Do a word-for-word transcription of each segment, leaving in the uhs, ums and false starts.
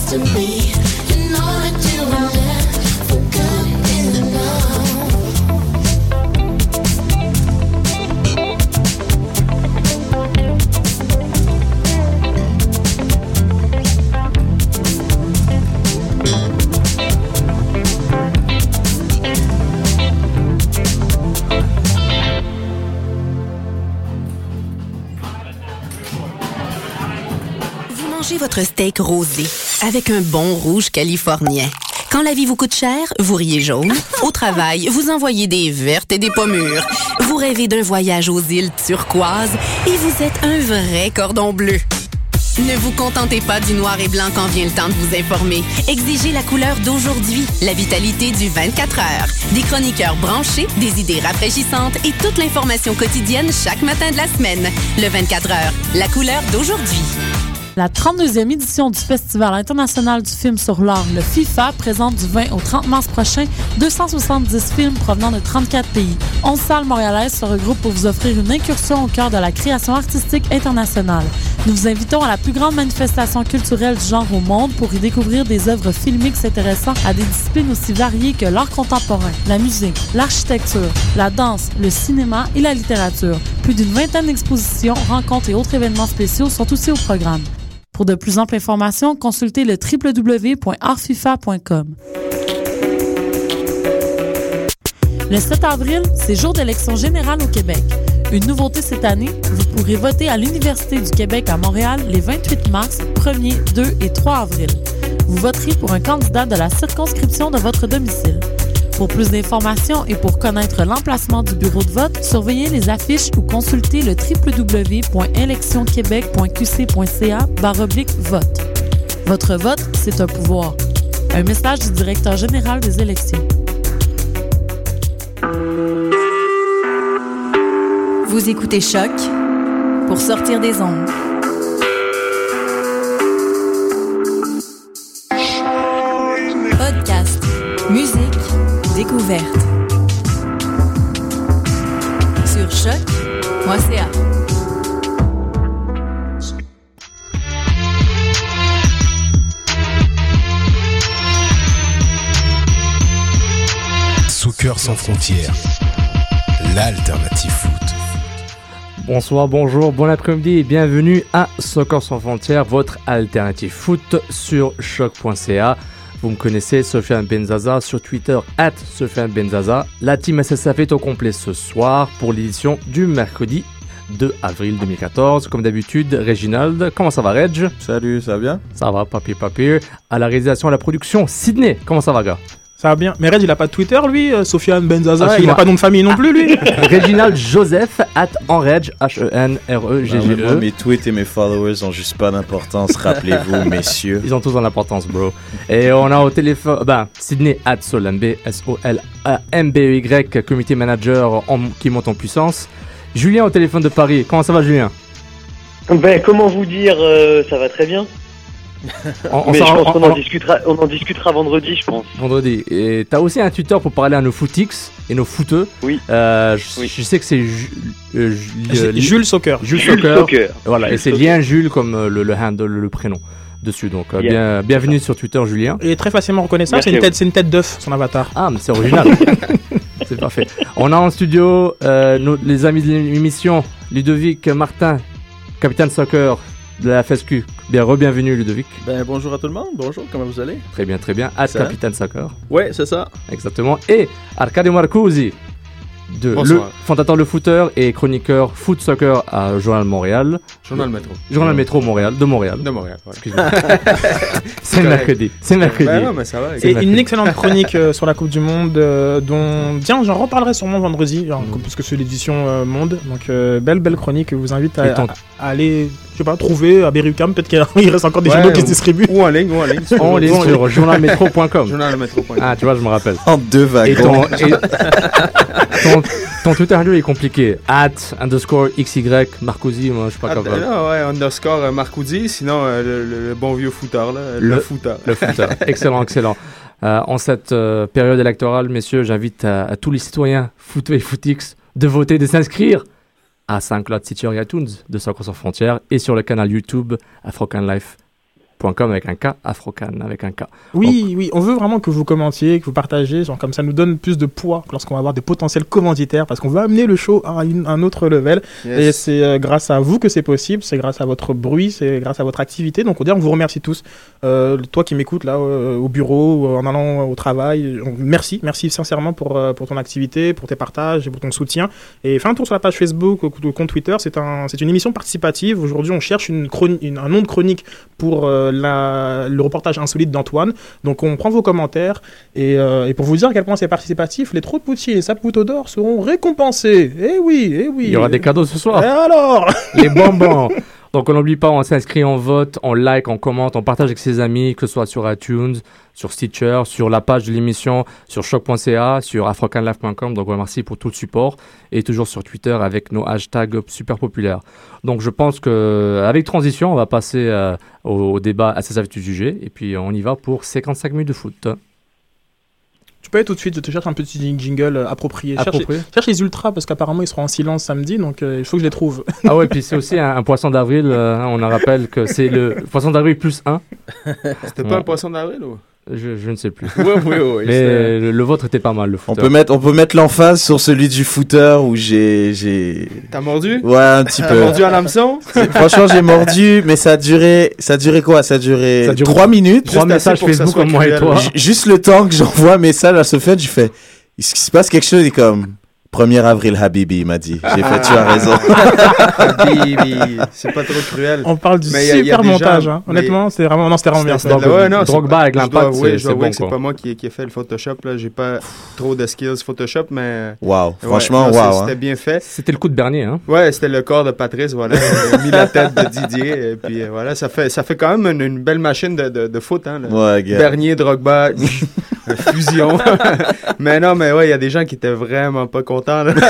to me. You know that you were there for good in the Mangez votre steak rosé avec un bon rouge californien. Quand la vie vous coûte cher, vous riez jaune. Au travail, vous envoyez des vertes et des pommures. Vous rêvez d'un voyage aux îles turquoises et vous êtes un vrai cordon bleu. Ne vous contentez pas du noir et blanc quand vient le temps de vous informer. Exigez la couleur d'aujourd'hui, la vitalité du vingt-quatre heures. Des chroniqueurs branchés, des idées rafraîchissantes et toute l'information quotidienne chaque matin de la semaine. Le vingt-quatre heures, la couleur d'aujourd'hui. La trente-deuxième édition du Festival international du film sur l'art, le FIFA, présente du vingt au trente mars prochain deux cent soixante-dix films provenant de trente-quatre pays. onze salles montréalaises se regroupent pour vous offrir une incursion au cœur de la création artistique internationale. Nous vous invitons à la plus grande manifestation culturelle du genre au monde pour y découvrir des œuvres filmiques s'intéressant à des disciplines aussi variées que l'art contemporain, la musique, l'architecture, la danse, le cinéma et la littérature. Plus d'une vingtaine d'expositions, rencontres et autres événements spéciaux sont aussi au programme. Pour de plus amples informations, consultez le w w w point art fifa point com. Le sept avril, c'est jour d'élection générale au Québec. Une nouveauté cette année, vous pourrez voter à l'Université du Québec à Montréal les vingt-huit mars, premier, deux et trois avril. Vous voterez pour un candidat de la circonscription de votre domicile. Pour plus d'informations et pour connaître l'emplacement du bureau de vote, surveillez les affiches ou consultez le w w w point élection québec point q c point c a barre oblique vote. Votre vote, c'est un pouvoir. Un message du directeur général des élections. Vous écoutez Choc pour sortir des ondes. Podcast, musique, découverte. Sur choc point c a. Soccer sans frontières, l'alternative foot. Bonsoir, bonjour, bon après-midi et bienvenue à Soccer sans frontières, votre alternative foot sur choc point c a. Vous me connaissez, Sofiane Benzaza, sur Twitter, at Sofiane Benzaza. La team S S F est au complet ce soir pour l'édition du mercredi deux avril deux mille quatorze. Comme d'habitude, Réginald, comment ça va, Reg? Salut, ça va bien? Ça va, papier, papier. À la réalisation, à la production, Sydney, comment ça va, gars? Ça va bien. Mais Reg, il a pas de Twitter, lui, euh, Sofiane Benzaza. Ah, il a pas de nom de famille non ah. plus, lui. Réginald Joseph, at Enreg, H E N R E G G E. Non, moi, mes tweets et mes followers ont juste pas d'importance, rappelez-vous, messieurs. Ils ont tous en importance, bro. Et on a au téléphone, ben, Sydney, at Solambe, S O L A M B E Y, community manager en, qui monte en puissance. Julien au téléphone de Paris. Comment ça va, Julien? Ben, comment vous dire, euh, ça va très bien. On, on Mais je pense qu'on on, en, discutera, on en discutera vendredi, je pense. Vendredi. Et t'as aussi un Twitter pour parler à nos footix et nos footeux. Oui. Euh, je, oui. je sais que c'est, Ju, euh, c'est Jules, Jules Soccer. Jules, Jules Soccer. Soccer. Voilà. Jules et c'est Soccer. Lien Jules comme euh, le, le handle, le prénom dessus. Donc euh, yeah. bien, bienvenue yeah. sur Twitter, Julien. Il est très facilement reconnaissable. C'est une, tête, c'est une tête d'œuf, son avatar. Ah, mais c'est original. C'est parfait. On a en studio euh, nos, les amis de l'émission, Ludovic Martin, capitaine soccer de la F S Q. Bien, re-bienvenue Ludovic. Ben, bonjour à tout le monde, bonjour, comment vous allez? Très bien, très bien. At capitaine soccer. Ouais, c'est ça. Exactement. Et Arcadio Marcusi, de le fondateur Le Footeur et chroniqueur Foot Soccer à Journal Montréal. Journal Métro. Journal Métro Montréal, de Montréal. De Montréal, ouais. Excusez-moi. C'est mercredi. C'est mercredi. Ben non, mais ça va. Et une excellente chronique euh, sur la Coupe du Monde, euh, dont, tiens, j'en reparlerai sûrement vendredi, genre, mm. puisque c'est l'édition euh, Monde. Donc, euh, belle, belle chronique. Je vous invite à, ton... à, à aller, je sais pas, trouver à Berry-UQAM. Peut-être qu'il reste encore des ouais, journaux qui se distribuent. Ou en ligne, ou en ligne. On les sur journal métro point com. journal métro point com. Ah, tu vois, je me rappelle. En deux wagons. Et ton, et ton, ton Twitter handle est compliqué. At underscore xy Marcusi, moi je sais pas comment. Non, ouais, underscore euh, Marcusi, sinon euh, le, le, le bon vieux footeur là, le, le footeur. Le footeur. Excellent, excellent. Euh, en cette euh, période électorale, messieurs, j'invite à, à tous les citoyens foot et footix de voter, de s'inscrire à SoundCloud, Stitcher et iTunes de Soccer sans frontières et sur le canal YouTube African Life point com avec un K, Afrocan avec un K. Oui, Donc, oui, on veut vraiment que vous commentiez, que vous partagez, genre comme ça nous donne plus de poids lorsqu'on va avoir des potentiels commanditaires, parce qu'on veut amener le show à une- un autre level. Yes. Et c'est euh, grâce à vous que c'est possible, c'est grâce à votre bruit, c'est grâce à votre activité. Donc on dit, on vous remercie tous. Euh, toi qui m'écoutes là euh, au bureau, euh, en allant au travail, on- merci, merci sincèrement pour, euh, pour ton activité, pour tes partages et pour ton soutien. Et fais un tour sur la page Facebook, ou au compte Twitter, c'est un, c'est une émission participative. Aujourd'hui, on cherche une chroni- une- un nom de chronique pour euh, la, le reportage insolite d'Antoine. Donc on prend vos commentaires et, euh, et pour vous dire à quel point c'est participatif, les Trous-de-Poutier et Saputo d'or seront récompensés. Eh oui, eh oui. il y aura des cadeaux ce soir. Et alors Les bonbons. Donc on n'oublie pas, on s'inscrit, on vote, on like, on commente, on partage avec ses amis, que ce soit sur iTunes, sur Stitcher, sur la page de l'émission, sur choc point c a, sur afrocanlive point com. Donc voilà, merci pour tout le support et toujours sur Twitter avec nos hashtags super populaires. Donc je pense que avec transition, on va passer euh, au, au débat à ses du sujet et puis on y va pour cinquante-cinq minutes de foot. Tu peux aller tout de suite, je te cherche un petit jingle euh, approprié. Cherche, Approprié. cherche les ultras parce qu'apparemment ils seront en silence samedi, donc euh, il faut que je les trouve. Ah ouais, puis c'est aussi un, un poisson d'avril. euh, on en rappelle que c'est le poisson d'avril plus un. C'était Ouais. pas un poisson d'avril ou? Je, je ne sais plus. Oui, oui, oui. Mais le, le vôtre était pas mal, le On footer. peut mettre, on peut mettre l'emphase sur celui du footer où j'ai, j'ai. T'as mordu? Ouais, un petit T'as peu. mordu un hameçon? Franchement, j'ai mordu, mais ça a duré, ça a duré quoi? Ça a duré Ça dure trois minutes. Trois Juste assez messages pour que ça Facebook soit comme moi et cruel. toi. J- Juste le temps que j'envoie un message à Sofiane, je fais, est-ce qu'il se passe quelque chose? Il est comme, premier avril, Habibi, il m'a dit. J'ai fait, tu as raison. Habibi, c'est pas trop cruel. On parle du Mais y a- y a super des montage, gens- hein. mais- Honnêtement, c'était vraiment, non, c'était vraiment bien. C'était- ça. c'était- ouais, non, c'est Drogba pas- avec je l'impact, dois avouer- c'est- je dois c'est avouer bon, que c'est quoi. pas moi qui, qui ai fait le Photoshop, là. J'ai pas trop de skills Photoshop, mais. Waouh. Ouais, Franchement, non, c'est- waouh. C'était hein. bien fait. C'était le coup de Bernier, hein. Ouais, c'était le corps de Patrice, voilà. Il a mis la tête de Didier, et puis euh, voilà, ça fait, ça fait quand même une, une belle machine de, de, de foot, hein. Là. Ouais, gars. Bernier, Drogba, euh, fusion. Mais non, mais ouais, il y a des gens qui étaient vraiment pas contents, là.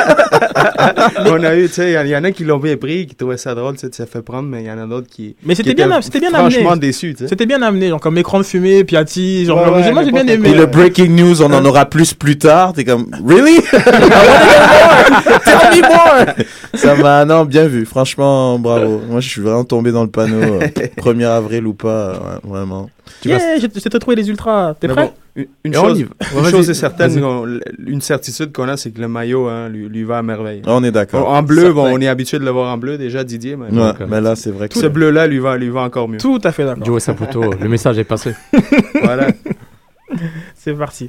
On a eu, tu sais, il y, y en a qui l'ont bien pris, qui trouvaient ça drôle, tu sais, ça fait prendre, mais il y en a d'autres qui. Mais c'était qui bien, étaient c'était bien franchement amené. déçus, tu sais. C'était bien amené, genre comme écran de fumée, Piatti, genre, Ouais, genre, ouais, moi j'ai bien n'importe aimé. Et le breaking news, on en aura plus plus tard. T'es comme, really? Tell me more! Ça m'a, non, bien vu. Franchement, bravo. Moi, je suis vraiment tombé dans le panneau. euh, premier avril ou pas, ouais, vraiment. Tu vas- Yeah, j'ai j'ai te trouvé les ultras. T'es Mais prêt? bon, une, une Et on chose, y va. une Vas-y, chose est certaine, vas-y. on- une certitude qu'on a, c'est que le maillot hein, lui, lui va à merveille. On est d'accord. En bleu, Certain. bon, on est habitué de le voir en bleu déjà, Didier, mais, Ouais, Donc, euh, mais là, c'est vrai que ce bleu-là lui va, lui va encore mieux. Tout à fait d'accord. Joe Saputo, le message est passé. Voilà. C'est parti.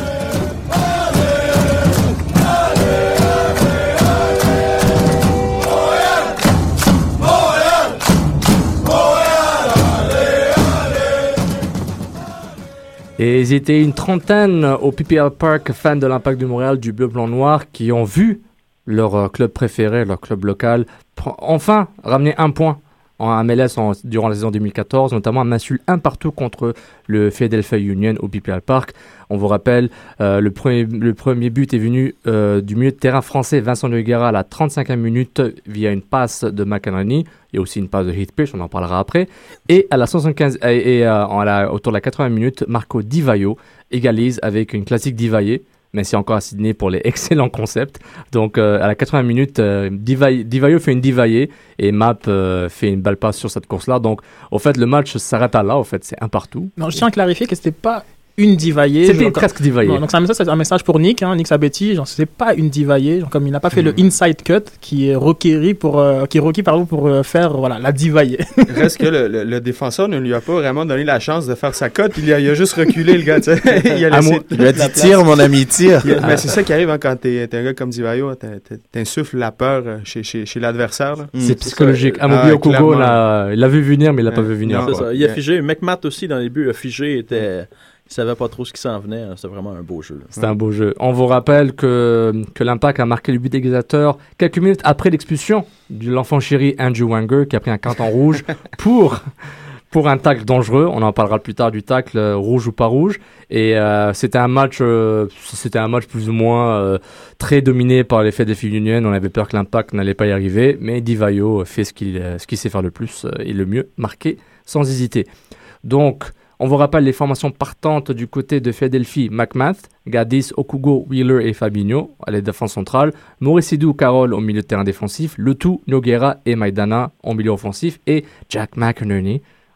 Et ils étaient une trentaine au P P L Park, fans de l'Impact de Montréal, du Bleu, Blanc, Noir, qui ont vu leur euh, club préféré, leur club local, pr- enfin ramener un point en M L S en- durant la saison deux mille quatorze, notamment un match nul un partout contre le Philadelphia Union au P P L Park. On vous rappelle, euh, le, premier, le premier but est venu euh, du milieu de terrain français Vincent Nogueira à la trente-cinquième minute via une passe de McEnany et aussi une passe de Heath Pierce, on en parlera après. Et à la soixante-quinze et, et euh, en la, autour de la quatre-vingtième minute, Marco Di Vaio égalise avec une classique Divaillé. Merci encore à Sydney pour les excellents concepts. Donc euh, à la quatre-vingtième minute, euh, Divaillé, Divaio fait une Divaillé et Map euh, fait une balle passe sur cette course-là. Donc au fait, le match s'arrête à là. Au fait, c'est un partout. Non, je tiens à clarifier que c'était pas une divaillée. C'était genre, presque Divaillé. Non, donc c'est un message, c'est un message pour Nick, hein, Nick Sabetti. Genre, c'est pas une divaillée. Genre, comme il n'a pas fait le inside cut qui est requis pour, euh, qui est requis pardon pour euh, faire voilà la divaillée. Reste que le, le, le défenseur ne lui a pas vraiment donné la chance de faire sa cote. Il a, il a juste reculé, le gars. Tu sais. Il a laissé. Amour. Il lui a dit, tire, mon ami, tire. Il- Mais c'est ça qui arrive hein, quand t'es, t'es un gars comme Divayo, t'in- t'in- t'insuffles la peur euh, chez, chez, chez l'adversaire. là. Mm. C'est psychologique. Ah, Amobi Okugo, clairement. l'a- il l'a vu venir, mais il l'a pas Ouais. vu venir. Non, quoi. C'est ça. Il a Ouais. figé. McMath aussi, dans les buts, a figé. Était... Il savait pas trop ce qui s'en venait. C'était vraiment un beau jeu. C'était un beau jeu. On vous rappelle que, que l'Impact a marqué le but d'égalisateur quelques minutes après l'expulsion de l'enfant chéri Andrew Wenger qui a pris un carton rouge pour, pour un tacle dangereux. On en parlera plus tard du tacle, euh, rouge ou pas rouge. Et euh, c'était un match, euh, c'était un match plus ou moins euh, très dominé par les Philadelphia Union. On avait peur que l'Impact n'allait pas y arriver, mais Di Vaio fait ce qu'il, euh, ce qu'il sait faire le plus euh, et le mieux, marquer sans hésiter. Donc, on vous rappelle les formations partantes du côté de Philadelphie: McMath, Gaddis, Okugo, Wheeler et Fabinho à la défense centrale, Mauricidou, Carroll au milieu de terrain défensif, Le Tout, Nogueira et Maidana au milieu offensif et Jack McInerney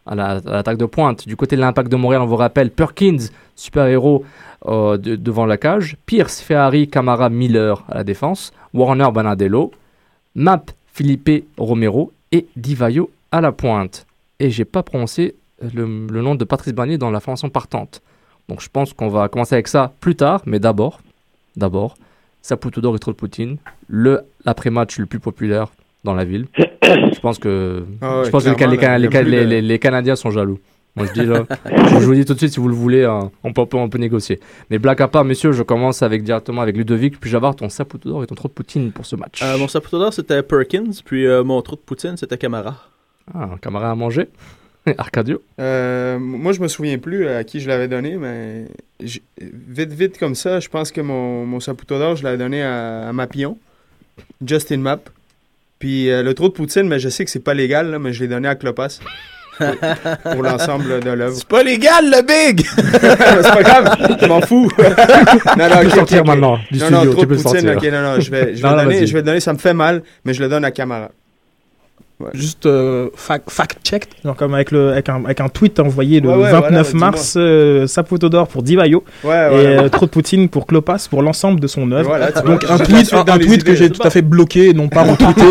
à, la, à l'attaque de pointe. Du côté de l'Impact de Montréal, on vous rappelle Perkins, super-héros euh, de, devant la cage, Pierce, Ferrari, Camara, Miller à la défense, Warner, Banadello, Map, Felipe, Romero et Divayo à la pointe. Et j'ai pas prononcé le, le nom de Patrice Bernier dans la formation partante. Donc je pense qu'on va commencer avec ça plus tard, mais d'abord, d'abord, Saputo d'Or et Trotpoutine, le l'après-match le plus populaire dans la ville. Je pense que, Ah ouais, je pense que les, clairement, les, là, les, il y a plus les, de- les- les Canadiens sont jaloux. Moi je dis là, je vous le dis tout de suite, si vous le voulez, hein, on, peut, on, peut, on peut négocier. Mais blague à part, messieurs, je commence avec, directement avec Ludovic. Puis-je avoir ton Saputo d'Or et ton Trotpoutine pour ce match? Euh, mon saputo d'or, c'était Perkins, puis euh, mon trou de poutine, c'était Camara. Ah, un camarade à manger. Arcadio. Euh, moi, je me souviens plus à qui je l'avais donné, mais j- vite, vite comme ça, je pense que mon, mon Saputo d'or, je l'avais donné à, à Mapion, Justin Map. Puis euh, le trou de poutine, mais je sais que c'est pas légal, là, mais je l'ai donné à Klopas pour, pour l'ensemble de l'œuvre. C'est pas légal, le big! C'est pas grave, je m'en fous. non, non, Tu peux ok, sortir ok, ok. maintenant du non, studio, non, trop tu de peux poutine, sortir. ok, non, non, je vais, je vais, Non, non, donner, vas-y. je vais donner, ça me fait mal, mais je le donne à Camara. Ouais. Juste euh, fact, fact-check, genre comme avec, le, avec, un, avec un tweet envoyé le Ouais, ouais, vingt-neuf voilà, mars, euh, Saputo d'Or pour Divayo Ouais, et voilà. euh, Trop de Poutine pour Klopas pour l'ensemble de son œuvre. Voilà, tu Donc vois, un je- tweet, je un, dans un les tweet que idées, j'ai c'est tout à fait bloqué et non pas retweeté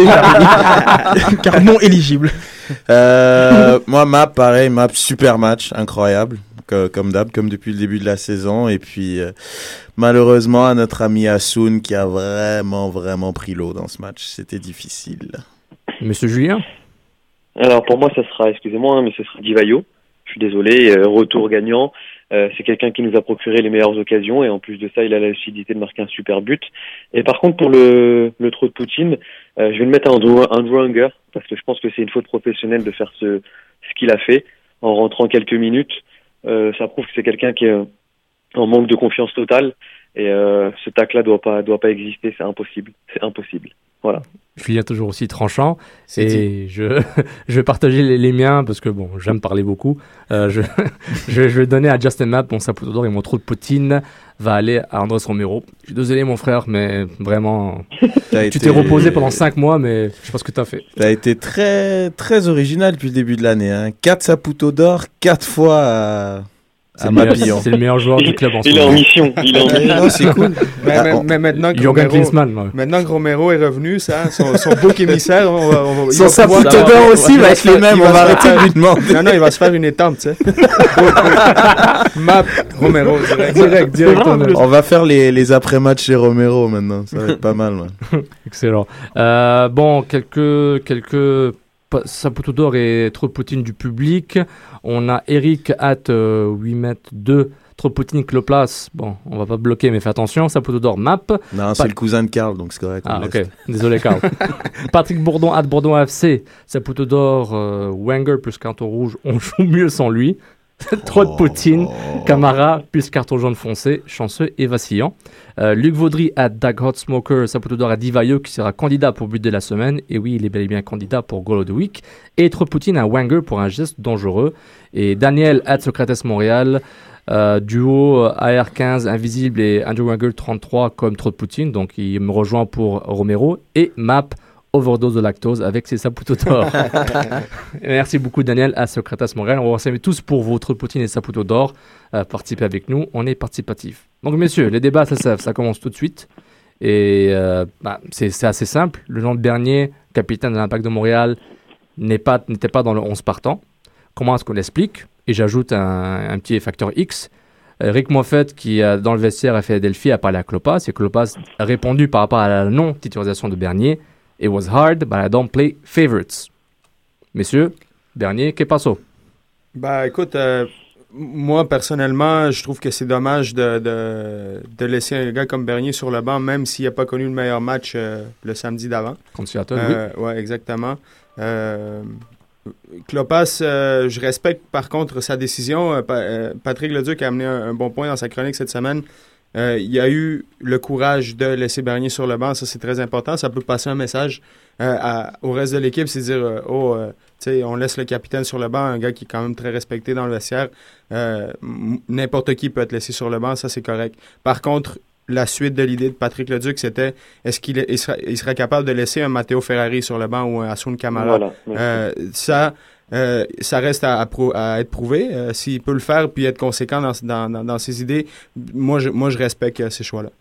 car, car non éligible. Euh, moi, Map, pareil, Map, super match, incroyable, que- comme d'hab, comme depuis le début de la saison. Et puis, euh, malheureusement, à notre ami Asun qui a vraiment, vraiment pris l'eau dans ce match. C'était difficile. Monsieur Julien. Alors pour moi, ça sera, excusez-moi, hein, mais ce sera Divayo. Je suis désolé, euh, retour gagnant. Euh, c'est quelqu'un qui nous a procuré les meilleures occasions et en plus de ça, il a la lucidité de marquer un super but. Et par contre, pour le, le trop de Poutine, euh, je vais le mettre à Andrew, Andrew Hunger parce que je pense que c'est une faute professionnelle de faire ce, ce qu'il a fait en rentrant quelques minutes. Euh, ça prouve que c'est quelqu'un qui est euh, en manque de confiance totale et euh, ce tacle-là doit pas doit pas exister. C'est impossible. C'est impossible. Voilà. Julien toujours aussi tranchant. C'est et je, je vais partager les, les miens parce que bon, j'aime parler beaucoup. Euh, je, je, je vais donner à Justin Map mon Saputo d'Or et mon trou de Poutine va aller à Andrés Romero. Je suis désolé mon frère, mais vraiment, T'as tu été- t'es reposé pendant cinq mois, mais je sais pas ce que tu as fait. T'as été très, très original depuis le début de l'année. Hein. Quatre Saputo d'Or, quatre fois à, C'est à le, meilleur, Mapillon. c'est le meilleur joueur du club en ce Il est en moment. mission. Il est en mission. Non, c'est cool. Mais, Ah, mais- on- mais maintenant que Jürgen Romero, Klinsmann. ouais. maintenant que Romero est revenu, ça, son, son bouc émissaire, on va, on va, il Son va pouvoir- Saputo d'Or aussi il va va être se les faire- mêmes. il On va va se arrêter faire- de lui demander. Non, non, il va se faire une étampe, tu sais. Map, Romero, direct. Direct, direct. vraiment on est- On va faire les, les après-matchs chez Romero maintenant. Ça va être pas mal. Ouais. Excellent. Euh, bon, quelques, quelques pa- Saputo d'Or et trop de Poutine du public. On a Eric at euh, huit mètres deux, trop de Poutine Cloplas. Bon, on va pas bloquer, mais fais attention. Saputo d'Or Map. Non, c'est le cousin de Karl, donc c'est correct. on Ah, le ok. laisse. Désolé, Carl. Patrick Bourdon at Bourdon F C. Saputo d'Or, euh, Wenger plus carton rouge. On joue mieux sans lui. Trop de Poutine. Oh. Camara plus carton jaune foncé, chanceux et vacillant. Euh, Luc Vaudry à Dag Hot Smoker, Saputo d'Or à Divayo qui sera candidat pour but de la semaine. Et oui, il est bel et bien candidat pour Goal of the Week. Et trop de Poutine à Wenger pour un geste dangereux. Et Daniel à Socrates Montréal, euh, duo euh, A R quinze Invisible et Andrew Wenger trente-trois comme trop de Poutine. Donc il me rejoint pour Romero. Et Map overdose de lactose avec ses Saputo d'Or. Merci beaucoup Daniel à Socrates Montréal. On va s'aimer tous pour votre Poutine et Saputo d'Or. Euh, participez avec nous, on est participatif. Donc messieurs, les débats ça, ça, ça commence tout de suite. Et euh, bah, c'est, c'est assez simple. Le nom de Bernier, capitaine de l'Impact de Montréal, n'est pas, n'était pas dans le onze partant. Comment est-ce qu'on l'explique? Et j'ajoute un, un petit facteur X. Euh, Rick Moffett, qui euh, dans le vestiaire à Philadelphie, a parlé à Klopas. Et Klopas a répondu par rapport à la non-titularisation de Bernier. It was hard, but I don't play favorites. Messieurs, Bernier, que passo? Bah, écoute, euh, moi, personnellement, je trouve que c'est dommage de, de, de laisser un gars comme Bernier sur le banc, même s'il n'a pas connu le meilleur match euh, le samedi d'avant. Contre Seattle, Euh, ouais, exactement. Euh, Klopas, euh, je respecte par contre sa décision. Euh, Pa- euh, Patrick Leduc a amené un, un bon point dans sa chronique cette semaine. Euh, il y a eu le courage de laisser Bernier sur le banc, ça c'est très important. Ça peut passer un message euh, à- au reste de l'équipe, c'est dire euh, oh, euh, tu sais, on laisse le capitaine sur le banc, un gars qui est quand même très respecté dans le vestiaire. Euh, m- n'importe qui peut être laissé sur le banc, ça c'est correct. Par contre, la suite de l'idée de Patrick Leduc, c'était est-ce qu'il est- il serait, il serait capable de laisser un Matteo Ferrari sur le banc ou un Asun Camara? Voilà. Euh, ça, Euh, ça reste à, à, prou- à être prouvé. Euh, s'il peut le faire puis être conséquent dans, dans, dans, dans ses idées, moi, je, moi, je respecte euh, ces choix-là.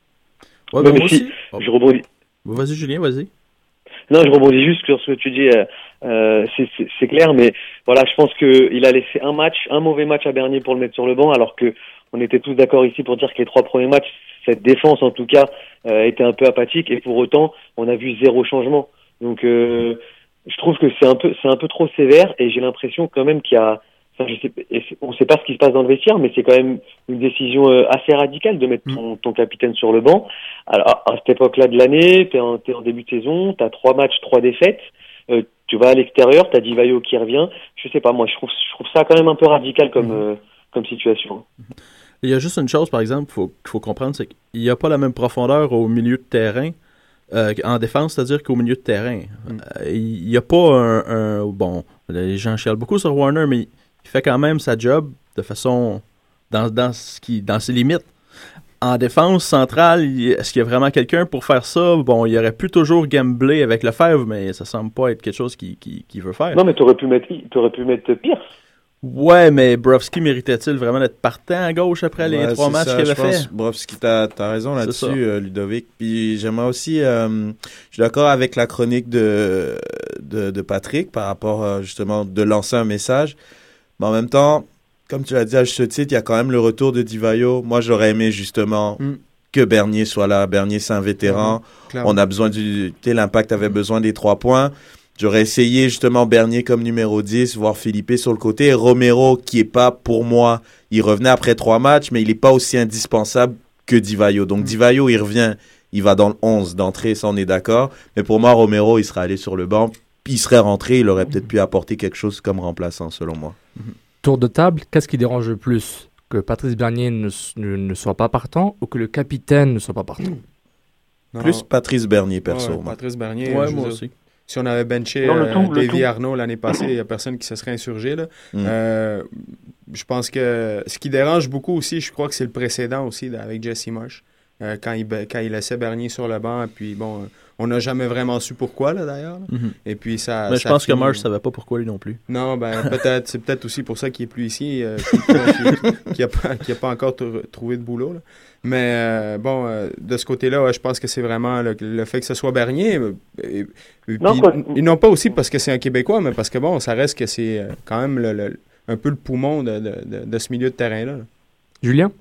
Ouais, ben moi aussi, je rebondis. Vas-y, Julien, vas-y. Non, je rebondis juste sur ce que tu dis. Euh, euh, c'est, c'est, c'est clair, mais voilà, je pense qu'il a laissé un match, un mauvais match à Bernier pour le mettre sur le banc, alors que on était tous d'accord ici pour dire que les trois premiers matchs, cette défense en tout cas, euh, était un peu apathique, et pour autant, on a vu zéro changement. Donc, euh, je trouve que c'est un peu, c'est un peu trop sévère, et j'ai l'impression quand même qu'il y a, enfin, je sais, on sait pas ce qui se passe dans le vestiaire, mais c'est quand même une décision euh, assez radicale de mettre ton, ton capitaine sur le banc. Alors, à cette époque-là de l'année, t'es en, t'es en début de saison, t'as trois matchs, trois défaites, euh, tu vas à l'extérieur, t'as Divayo qui revient. Je sais pas, moi, je trouve, je trouve ça quand même un peu radical comme, euh, comme situation. Il y a juste une chose, par exemple, qu'il faut, qu'il faut comprendre, c'est qu'il n'y a pas la même profondeur au milieu de terrain euh, en défense, c'est-à-dire qu'au milieu de terrain. Mm. Euh, il n'y a pas un, un... Bon, les gens chialent beaucoup sur Warner, mais il fait quand même sa job de façon... dans, dans, ce qui, dans ses limites. En défense centrale, est-ce qu'il y a vraiment quelqu'un pour faire ça? Bon, il aurait pu toujours gambler avec Lefebvre, mais ça semble pas être quelque chose qu'il qui, qui veut faire. Non, mais t'aurais pu mettre, t'aurais pu mettre Pierce. Ouais, mais Brovski méritait-il vraiment d'être partant à gauche après les ouais, trois matchs ça, qu'il avait fait? fait? Brovski, t'as, t'as raison là-dessus, euh, Ludovic. Puis j'aimerais aussi, euh, je suis d'accord avec la chronique de, de, de Patrick par rapport euh, justement de lancer un message. Mais en même temps, comme tu l'as dit à juste titre, il y a quand même le retour de Divayo. Moi, j'aurais aimé justement mm. que Bernier soit là. Bernier, c'est un vétéran. Mmh, On a besoin du... Tu sais, l'Impact avait besoin des trois points. J'aurais essayé justement Bernier comme numéro dix, voir Philippe sur le côté. Et Romero, qui est pas, pour moi, il revenait après trois matchs, mais il est pas aussi indispensable que Divayo. Donc, mmh. Divayo, il revient, il va dans le onze d'entrée, ça on est d'accord. Mais pour moi, Romero, il serait allé sur le banc, puis il serait rentré, il aurait peut-être pu apporter quelque chose comme remplaçant, selon moi. Mmh. Tour de table, qu'est-ce qui dérange le plus? Que Patrice Bernier ne, ne, ne soit pas partant ou que le capitaine ne soit pas partant? Non. Plus Patrice Bernier, perso. Ouais, Patrice Bernier, ouais, moi aussi. Si on avait benché euh, Davy Arnaud l'année passée, il n'y a personne qui se serait insurgé. Là. Mm. Euh, je pense que ce qui dérange beaucoup aussi, je crois que c'est le précédent aussi avec Jesse Marsh. Euh, quand, il, quand il laissait Bernier sur le banc, et puis bon, on n'a jamais vraiment su pourquoi, là, d'ailleurs. Là. Mm-hmm. Et puis ça. Mais je ça pense finit... que Marsh ne savait pas pourquoi lui non plus. Non, ben peut-être, c'est peut-être aussi pour ça qu'il n'est plus ici, euh, qu'il n'a pas, qu'il a pas encore t- trouvé de boulot. Là. Mais euh, bon, euh, de ce côté-là, ouais, je pense que c'est vraiment le, le fait que ce soit Bernier. Et, et non, ils n'ont pas aussi parce que c'est un Québécois, mais parce que bon, ça reste que c'est euh, quand même le, le, un peu le poumon de, de, de, de ce milieu de terrain-là. Là. Julien?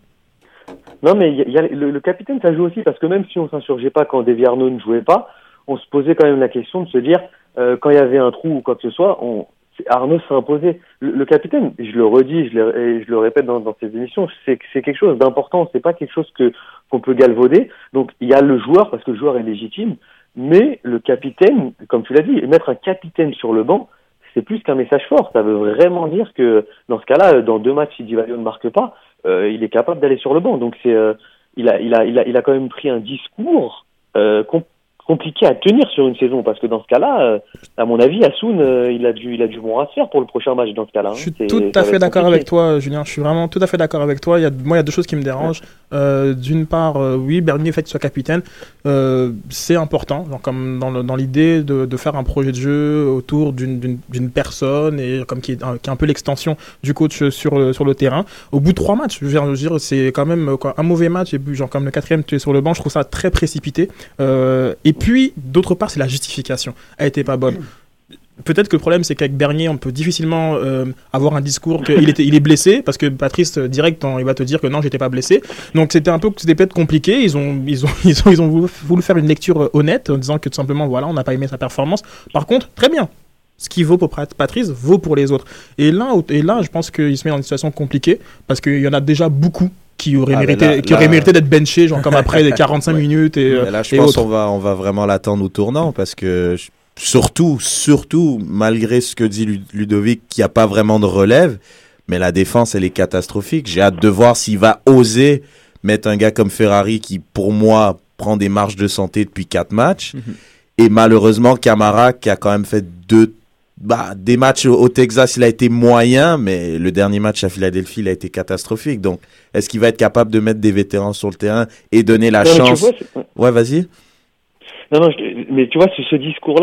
Non, mais y a, y a, le, le capitaine, ça joue aussi, parce que même si on ne s'insurgeait pas quand Davy Arnaud ne jouait pas, on se posait quand même la question de se dire, euh, quand il y avait un trou ou quoi que ce soit, on, Arnaud s'est imposé. Le, le capitaine, je le redis, je le, et je le répète dans, dans ces émissions, c'est, c'est quelque chose d'important, c'est pas quelque chose que, qu'on peut galvauder. Donc, il y a le joueur, parce que le joueur est légitime, mais le capitaine, comme tu l'as dit, mettre un capitaine sur le banc, c'est plus qu'un message fort. Ça veut vraiment dire que, dans ce cas-là, dans deux matchs, si Divayo ne marque pas, euh, il est capable d'aller sur le banc. Donc, c'est, euh, il a, il a, il a, il a quand même pris un discours, euh, comp- compliqué à tenir sur une saison, parce que dans ce cas-là, euh, à mon avis, Assoun, euh, il a du, il a du bon à se faire pour le prochain match dans ce cas-là. Hein. Je suis c'est, tout à fait d'accord avec toi, Julien. Je suis vraiment tout à fait d'accord avec toi. Il y a, moi, il y a deux choses qui me dérangent. Euh, d'une part, euh, oui, Bernier fait qu'il soit capitaine, euh, c'est important, genre, comme dans, le, dans l'idée de, de faire un projet de jeu autour d'une, d'une, d'une personne et comme qui est, qui est un peu l'extension du coach sur, sur le terrain. Au bout de trois matchs, je veux dire, c'est quand même quoi, un mauvais match et puis genre comme le quatrième, tu es sur le banc, je trouve ça très précipité. Euh, et puis, d'autre part, c'est la justification. Elle était pas bonne. Peut-être que le problème, c'est qu'avec Bernier, on peut difficilement euh, avoir un discours qu'il était, il est blessé, parce que Patrice, direct, il va te dire que non, j'étais pas blessé. Donc c'était un peu, c'était peut-être compliqué. Ils ont, ils ont, ils ont, ils ont voulu, voulu faire une lecture honnête, en disant que tout simplement, voilà, on n'a pas aimé sa performance. Par contre, très bien. Ce qui vaut pour Patrice vaut pour les autres. Et là, et là, je pense qu'il se met dans une situation compliquée, parce qu'il y en a déjà beaucoup qui auraient ah, mérité, là, qui auraient là... mérité d'être benchés, genre comme après les quarante-cinq ouais. minutes et, mais là, je et pense autres. qu'on va, on va vraiment l'attendre au tournant, parce que je... Surtout, surtout, malgré ce que dit Ludovic, qu'il n'y a pas vraiment de relève, mais la défense, elle est catastrophique. J'ai hâte de voir s'il va oser mettre un gars comme Ferrari qui, pour moi, prend des marges de santé depuis quatre matchs. Mm-hmm. Et malheureusement, Camara, qui a quand même fait deux, bah, des matchs au Texas, il a été moyen, mais le dernier match à Philadelphie, il a été catastrophique. Donc, est-ce qu'il va être capable de mettre des vétérans sur le terrain et donner la non, chance? Vois, ouais, vas-y. Non, non, je, mais tu vois, ce, ce discours-là,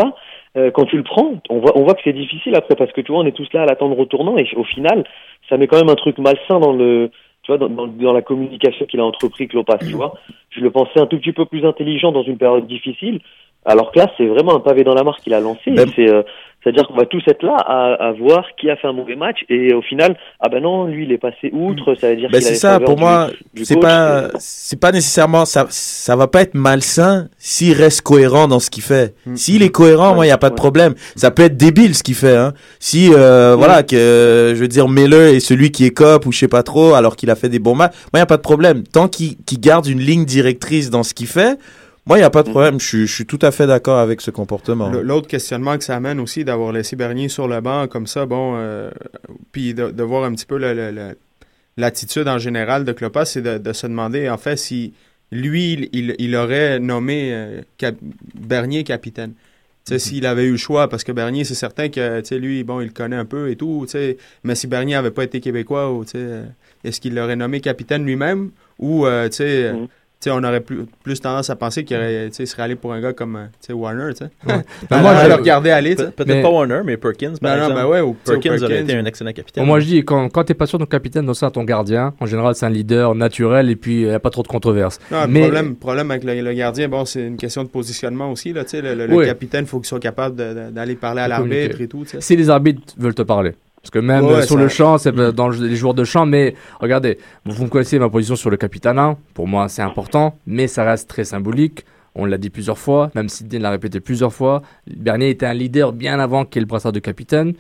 euh, quand tu le prends, on voit, on voit que c'est difficile après parce que tu vois, on est tous là à l'attendre au tournant et au final, ça met quand même un truc malsain dans le, tu vois, dans, dans, dans la communication qu'il a entrepris Klopas, tu vois. Je le pensais un tout petit peu plus intelligent dans une période difficile, alors que là, c'est vraiment un pavé dans la mare qu'il a lancé. Ben... Et c'est, euh, c'est-à-dire qu'on va tous être là à, à voir qui a fait un mauvais match et au final, ah ben non, lui il est passé outre, ça veut dire ben qu'il a c'est les ça faveurs pour du, moi, du c'est coach, pas et... c'est pas nécessairement ça ça va pas être malsain s'il reste cohérent dans ce qu'il fait. Mmh. S'il est cohérent, ouais, moi il y a pas de ouais. problème. Ça peut être débile ce qu'il fait hein. Si euh, mmh. voilà que euh, je veux dire Miller est celui qui est cop ou je sais pas trop alors qu'il a fait des bons matchs, moi il y a pas de problème tant qu'il qu'il garde une ligne directrice dans ce qu'il fait. Moi, il n'y a pas de problème. Je suis, je suis tout à fait d'accord avec ce comportement. L'autre questionnement que ça amène aussi d'avoir laissé Bernier sur le banc comme ça, bon, euh, puis de, de voir un petit peu le, le, le, l'attitude en général de Klopas, c'est de, de se demander, en fait, si lui, il, il aurait nommé euh, cap, Bernier capitaine. Tu sais, mm-hmm. s'il avait eu le choix, parce que Bernier, c'est certain que, tu sais, lui, bon, il le connaît un peu et tout, tu sais, mais si Bernier n'avait pas été québécois, ou, tu sais, est-ce qu'il l'aurait nommé capitaine lui-même, ou, euh, tu sais... Mm-hmm. T'sais, on aurait plus, plus tendance à penser qu'il aurait, serait allé pour un gars comme Warner. T'sais. Ouais. Ben moi, je le regardais aller. Pe- peut-être mais... pas Warner, mais Perkins. Par non, exemple. non, ben ouais, ou Perkins, Perkins aurait été un excellent capitaine. Moi, je dis, quand, quand tu n'es pas sûr de ton capitaine, dans ça, ton gardien, en général, c'est un leader naturel et puis il n'y a pas trop de controverses. Non, mais... le problème, problème avec le, le gardien, bon, c'est une question de positionnement aussi. Là, le le, oui. le capitaine, il faut qu'il soit capable de, de, d'aller parler à l'arbitre okay. et tout. T'sais. Si les arbitres veulent te parler. Parce que même ouais, sur ça... le champ, c'est mmh. dans les joueurs de champ, mais regardez, vous me connaissez ma position sur le capitana. Pour moi, c'est important, mais ça reste très symbolique. On l'a dit plusieurs fois, même Sidney l'a répété plusieurs fois. Bernier était un leader bien avant qu'il ait le brassard de capitaine.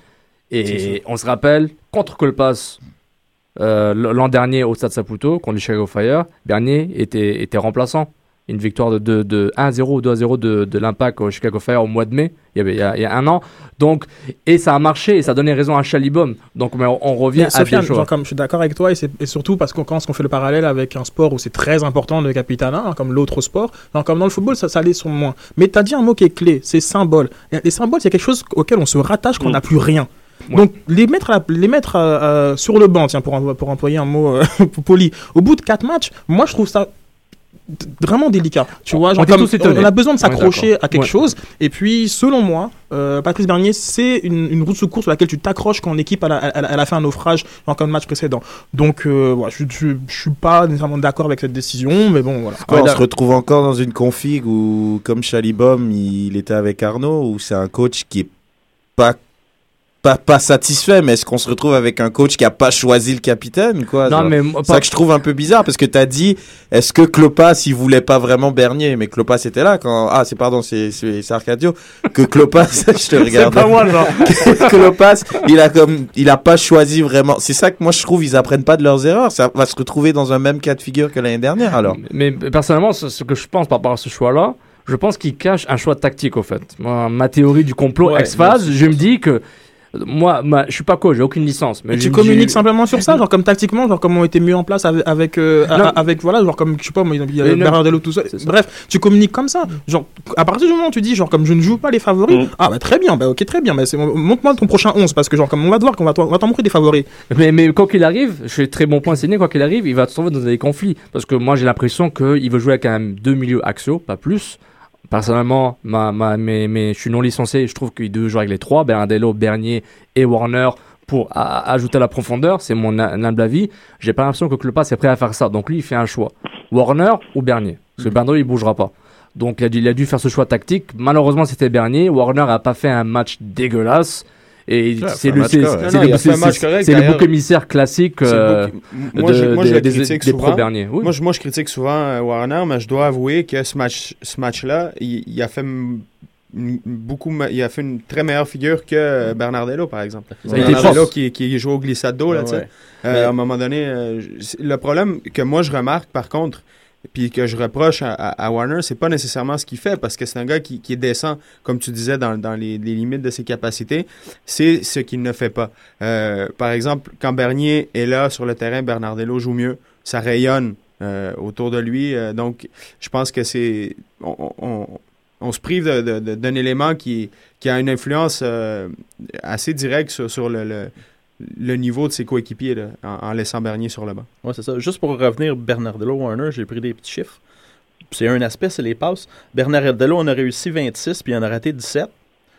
Et on se rappelle, contre Klopas, euh, l'an dernier au Stade Saputo, contre les Chicago Fire, Bernier était, était remplaçant. Une victoire de, de, de un à zéro ou deux à zéro de, de l'Impact au Chicago Fire au mois de mai, il y, avait, il, y a, il y a un an. Donc, et ça a marché et ça a donné raison à Chalibom. Donc mais on, on revient mais à Sofiane, des choses. Genre, comme, je suis d'accord avec toi et, c'est, et surtout parce qu'on quand on fait le parallèle avec un sport où c'est très important le capitana, hein, comme l'autre sport, genre, comme dans le football, ça, ça allait sur moins. Mais tu as dit un mot qui est clé, c'est symbole. Et les symboles, c'est quelque chose auquel on se rattache quand on n'a plus rien. Ouais. Donc les mettre, à, les mettre à, à, sur le banc, tiens, pour, pour employer un mot euh, poli, au bout de quatre matchs, moi je trouve ça vraiment délicat, tu vois, genre on, comme, on a besoin de s'accrocher à quelque ouais. chose et puis selon moi euh, Patrice Bernier c'est une, une route de secours sur laquelle tu t'accroches quand l'équipe elle a, elle, elle a fait un naufrage genre comme le match précédent, donc euh, voilà, je, je, je suis pas nécessairement d'accord avec cette décision mais bon voilà. Ouais, on se retrouve encore dans une config où comme Chalibom il était avec Arnaud où c'est un coach qui est pas Pas, pas satisfait, mais est-ce qu'on se retrouve avec un coach qui a pas choisi le capitaine, quoi? Non, mais c'est ça que je trouve un peu bizarre, parce que t'as dit, est-ce que Klopas, il voulait pas vraiment Bernier? Mais Klopas était là quand, ah, c'est pardon, c'est, c'est, c'est Arcadio. Que Klopas, je te regarde. C'est pas moi, genre. Klopas, il a comme, il a pas choisi vraiment. C'est ça que moi, je trouve, ils apprennent pas de leurs erreurs. Ça va se retrouver dans un même cas de figure que l'année dernière, alors. Mais, mais personnellement, ce, ce que je pense par rapport à ce choix-là, je pense qu'il cache un choix tactique, au fait. Moi, ma théorie du complot ouais, ex-phase, je me dis que, moi, moi, je suis pas coach, j'ai aucune licence. Mais et tu communiques simplement sur ça, genre comme tactiquement, genre comment ont été mis en place avec, avec, euh, a, avec voilà, genre comme je sais pas, moi, il y a Bernard Delot tout ça. Bref, tu communiques comme ça. Genre, à partir du moment où tu dis, genre comme je ne joue pas les favoris, mmh. ah bah très bien, bah ok très bien, bah, c'est, montre-moi ton prochain onze parce que genre comme on va te voir qu'on va, on va t'en montrer des favoris. Mais mais quoi qu'il arrive, je suis très bon point signé, quoi qu'il arrive, il va se trouver dans des conflits parce que moi j'ai l'impression qu'il veut jouer avec un deux milieux axiaux, pas plus. Personnellement, ma, ma, mais, mais je suis non licencié. Je trouve qu'il doit jouer avec les trois, Bernardello, Bernier et Warner, pour a, ajouter la profondeur. C'est mon humble avis. J'ai pas l'impression que Klopas est prêt à faire ça. Donc lui, il fait un choix. Warner ou Bernier. Parce que Bernardello, il bougera pas. Donc il a, dû, il a dû faire ce choix tactique. Malheureusement, c'était Bernier. Warner a pas fait un match dégueulasse. Et ouais, c'est, le, c'est, c'est, non, c'est, non, le, c'est, c'est, correct, c'est le bouc émissaire classique euh, moi, je, moi, de, je de, des, critique des souvent. pro Bernier. Oui. Moi, je, moi, je critique souvent euh, Warner, mais je dois avouer que ce, match, ce match-là, il, il a fait m- m- beaucoup, il a fait une très meilleure figure que euh, Bernardello, par exemple. Ouais. Bernardello qui, qui joue au glissade d'eau, là, ouais, ouais. Euh, mais... à un moment donné. Euh, le problème que moi, je remarque, par contre, puis que je reproche à, à, à Warner, c'est pas nécessairement ce qu'il fait, parce que c'est un gars qui, qui est décent, comme tu disais, dans, dans les, les limites de ses capacités. C'est ce qu'il ne fait pas. Euh, par exemple, quand Bernier est là sur le terrain, Bernardello joue mieux. Ça rayonne euh, autour de lui. Euh, donc, je pense que c'est... On, on, on se prive de, de, de, d'un élément qui, qui a une influence euh, assez directe sur, sur le... le le niveau de ses coéquipiers là, en, en laissant Bernier sur le banc. Oui, c'est ça. Juste pour revenir Bernardello, Warner, j'ai pris des petits chiffres. C'est un aspect, c'est les passes. Bernardello, on a réussi vingt-six, puis il en a raté dix-sept.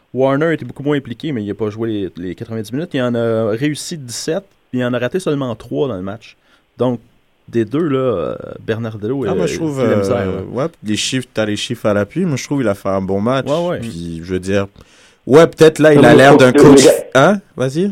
Warner était beaucoup moins impliqué, mais il n'a pas joué les, les quatre-vingt-dix minutes. Il en a réussi dix-sept, puis il en a raté seulement trois dans le match. Donc, des deux, là, Bernardello ah, et moi, je trouve, euh, misère, euh, ouais, les chiffres, t'as les chiffres à l'appui. Moi, je trouve qu'il a fait un bon match. Ouais, ouais. Puis, je veux dire, ouais, peut-être là, il Non, a mais l'air le- d'un le- coach. le- Hein? Vas-y.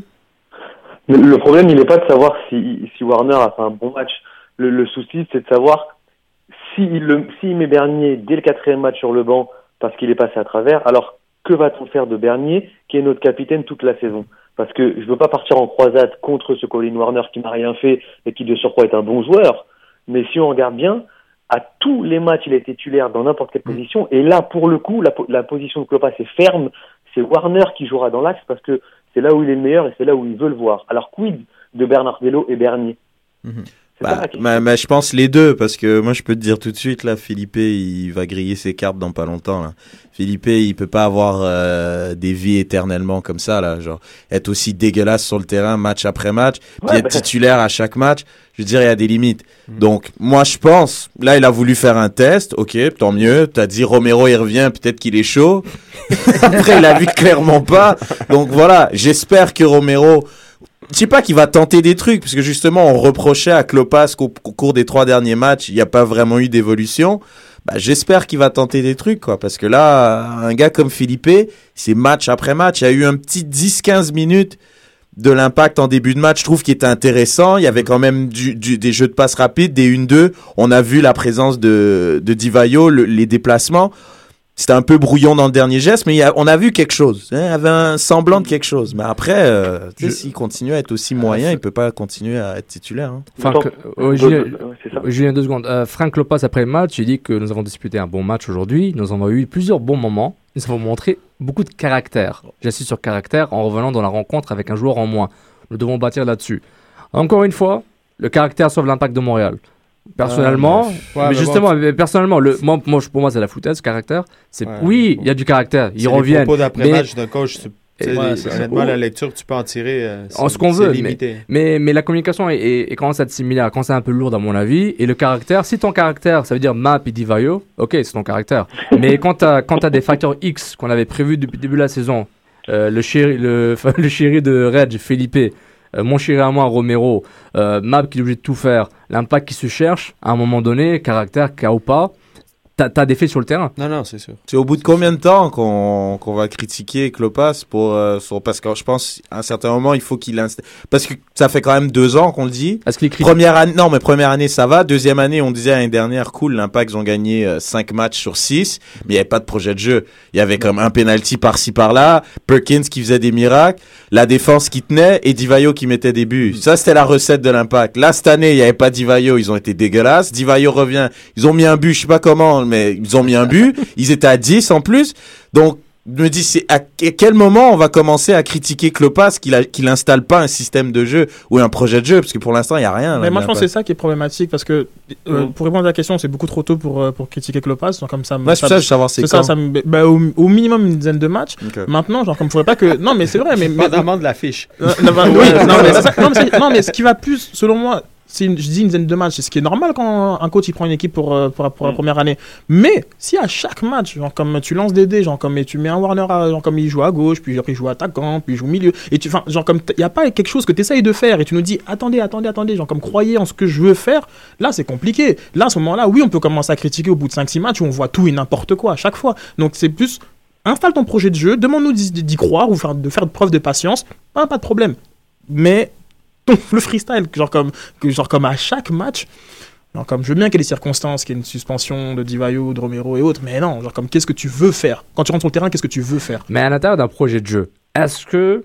Le, le problème, il n'est pas de savoir si, si Warner a fait un bon match. Le, le souci, c'est de savoir s'il le, s'il met Bernier dès le quatrième match sur le banc parce qu'il est passé à travers. Alors, que va-t-on faire de Bernier, qui est notre capitaine toute la saison? Parce que je veux pas partir en croisade contre ce Colin Warner qui n'a rien fait et qui de surcroît est un bon joueur. Mais si on regarde bien, à tous les matchs, il est titulaire dans n'importe quelle position. Et là, pour le coup, la, la position de Klopas est ferme. C'est Warner qui jouera dans l'axe parce que c'est là où il est le meilleur et c'est là où il veut le voir. Alors, quid de Bernardello et Bernier? Mm-hmm. C'est ça Bah, la question. bah, bah, je pense les deux, parce que moi je peux te dire tout de suite, là, Felipe, il va griller ses cartes dans pas longtemps. Là. Felipe, il peut pas avoir euh, des vies éternellement comme ça, là, genre être aussi dégueulasse sur le terrain match après match, puis Ouais, être bah. titulaire à chaque match. Je veux dire, il y a des limites. Donc, moi je pense, là, il a voulu faire un test, ok, tant mieux. T'as dit Romero, il revient, peut-être qu'il est chaud. Après, il a vu clairement pas. Donc voilà, j'espère que Romero. Je sais pas qu'il va tenter des trucs, parce que justement, on reprochait à Klopas qu'au qu'au cours des trois derniers matchs, il n'y a pas vraiment eu d'évolution. Bah, j'espère qu'il va tenter des trucs, quoi, parce que là, un gars comme Felipe, c'est match après match. Il y a eu un petit dix quinze minutes de l'impact en début de match, je trouve qu'il était intéressant. Il y avait quand même du, du, des jeux de passes rapides, des un deux. On a vu la présence de, de Divayo, le, les déplacements. C'était un peu brouillon dans le dernier geste, mais il y a, on a vu quelque chose. Hein, il y avait un semblant de quelque chose. Mais après, euh, tu sais, s'il continue à être aussi moyen, il peut pas continuer à être titulaire. Hein. Franck, euh, Julien, Julien, deux secondes. Euh, Franck Klopas, après le match, il dit que nous avons disputé un bon match aujourd'hui. Nous avons eu plusieurs bons moments. Nous avons montré beaucoup de caractère. J'insiste sur caractère en revenant dans la rencontre avec un joueur en moins. Nous devons bâtir là-dessus. Encore une fois, le caractère sauve l'impact de Montréal. Personnellement, euh, ouais, mais mais justement, bon, mais personnellement, le, moi, moi, pour moi, c'est la foutaise, ce caractère. C'est, Ouais, oui, il bon. y a du caractère, ils c'est reviennent. Les propos d'après-match mais- d'un coach, c'est, Et- c'est- ouais, les- c'est ça. honnêtement, Oh. la lecture que tu peux en tirer, euh, c'est, En ce qu'on c'est veut, limité. mais, mais, mais la communication est, est, est commence à être similaire, commence à être un peu lourde à mon avis, et le caractère, si ton caractère, ça veut dire Map et Divayo, ok, c'est ton caractère, mais quand t'as, quand t'as des facteurs X qu'on avait prévus depuis le début de la saison, euh, le chéri, le, le chéri de Reg, Felipe, euh, mon chéri à moi, Romero, euh, Map qui est obligé de tout faire, l'impact qui se cherche, à un moment donné, caractère, K ou pas, t'as, t'as des faits sur le terrain. Non, non, c'est sûr. C'est au bout de combien de temps qu'on, qu'on va critiquer Klopas pour, euh, sur, parce que je pense, à un certain moment, il faut qu'il installe, parce que ça fait quand même deux ans qu'on le dit. Est-ce qu'il crie Première année, non, mais première année, ça va. Deuxième année, on disait l'année dernière, cool, l'Impact, ils ont gagné euh, cinq matchs sur six, mais il n'y avait pas de projet de jeu. Il y avait comme un penalty par-ci, par-là, Perkins qui faisait des miracles, la défense qui tenait et Divayo qui mettait des buts. Ça, c'était la recette de l'Impact. Là, cette année, il n'y avait pas Divayo, ils ont été dégueulasses. Divayo revient, ils ont mis un but, je sais pas comment, mais ils ont mis un but. Ils étaient à dix en plus. Donc, je me dis, c'est à quel moment on va commencer à critiquer Klopas qu'il, a, qu'il installe pas un système de jeu ou un projet de jeu, parce que pour l'instant, il y a rien. Mais là, moi, je pense que c'est l'Impact. ça qui est problématique parce que, euh, Mm. pour répondre à la question, c'est beaucoup trop tôt pour, euh, pour critiquer Klopas. Genre, comme ça, me- Ouais, c'est pour ça que je veux savoir c'est c'est ça, quand. ça me- bah, au, au minimum une dizaine de matchs. Ok. Maintenant, genre, comme faudrait pas que. Non, mais c'est vrai, mais. mais Dépendamment de l'affiche. Euh, non, bah, oui, non, mais, c'est ça- non, mais c'est- non, mais ce qui va plus, selon moi, c'est une- je dis une dizaine de matchs, c'est ce qui est normal quand un coach il prend une équipe pour, euh, pour, pour la première année. Mais si à chaque match, genre comme tu lances des dés, genre comme et tu mets un Warner, à- genre comme il joue à gauche, puis genre il joue attaquant, puis il joue au milieu, et tu, enfin, genre comme il y a pas quelque chose que tu essayes de faire et tu nous dis attendez, attendez, attendez, genre comme croyez en ce que je veux faire, là c'est compliqué. Là à ce moment-là, oui, on peut commencer à critiquer au bout de cinq six matchs où on voit tout et n'importe quoi à chaque fois. Donc c'est plus installe ton projet de jeu, demande-nous d'y, d'y croire ou faire, de faire preuve de patience, pas, pas de problème. Mais le freestyle, genre comme, que, genre comme à chaque match, genre comme je veux bien qu'il y ait des circonstances, qu'il y ait une suspension de Divayo, de Romero et autres, mais non, genre comme qu'est-ce que tu veux faire quand tu rentres sur le terrain, qu'est-ce que tu veux faire? Mais à l'intérieur d'un projet de jeu, est-ce que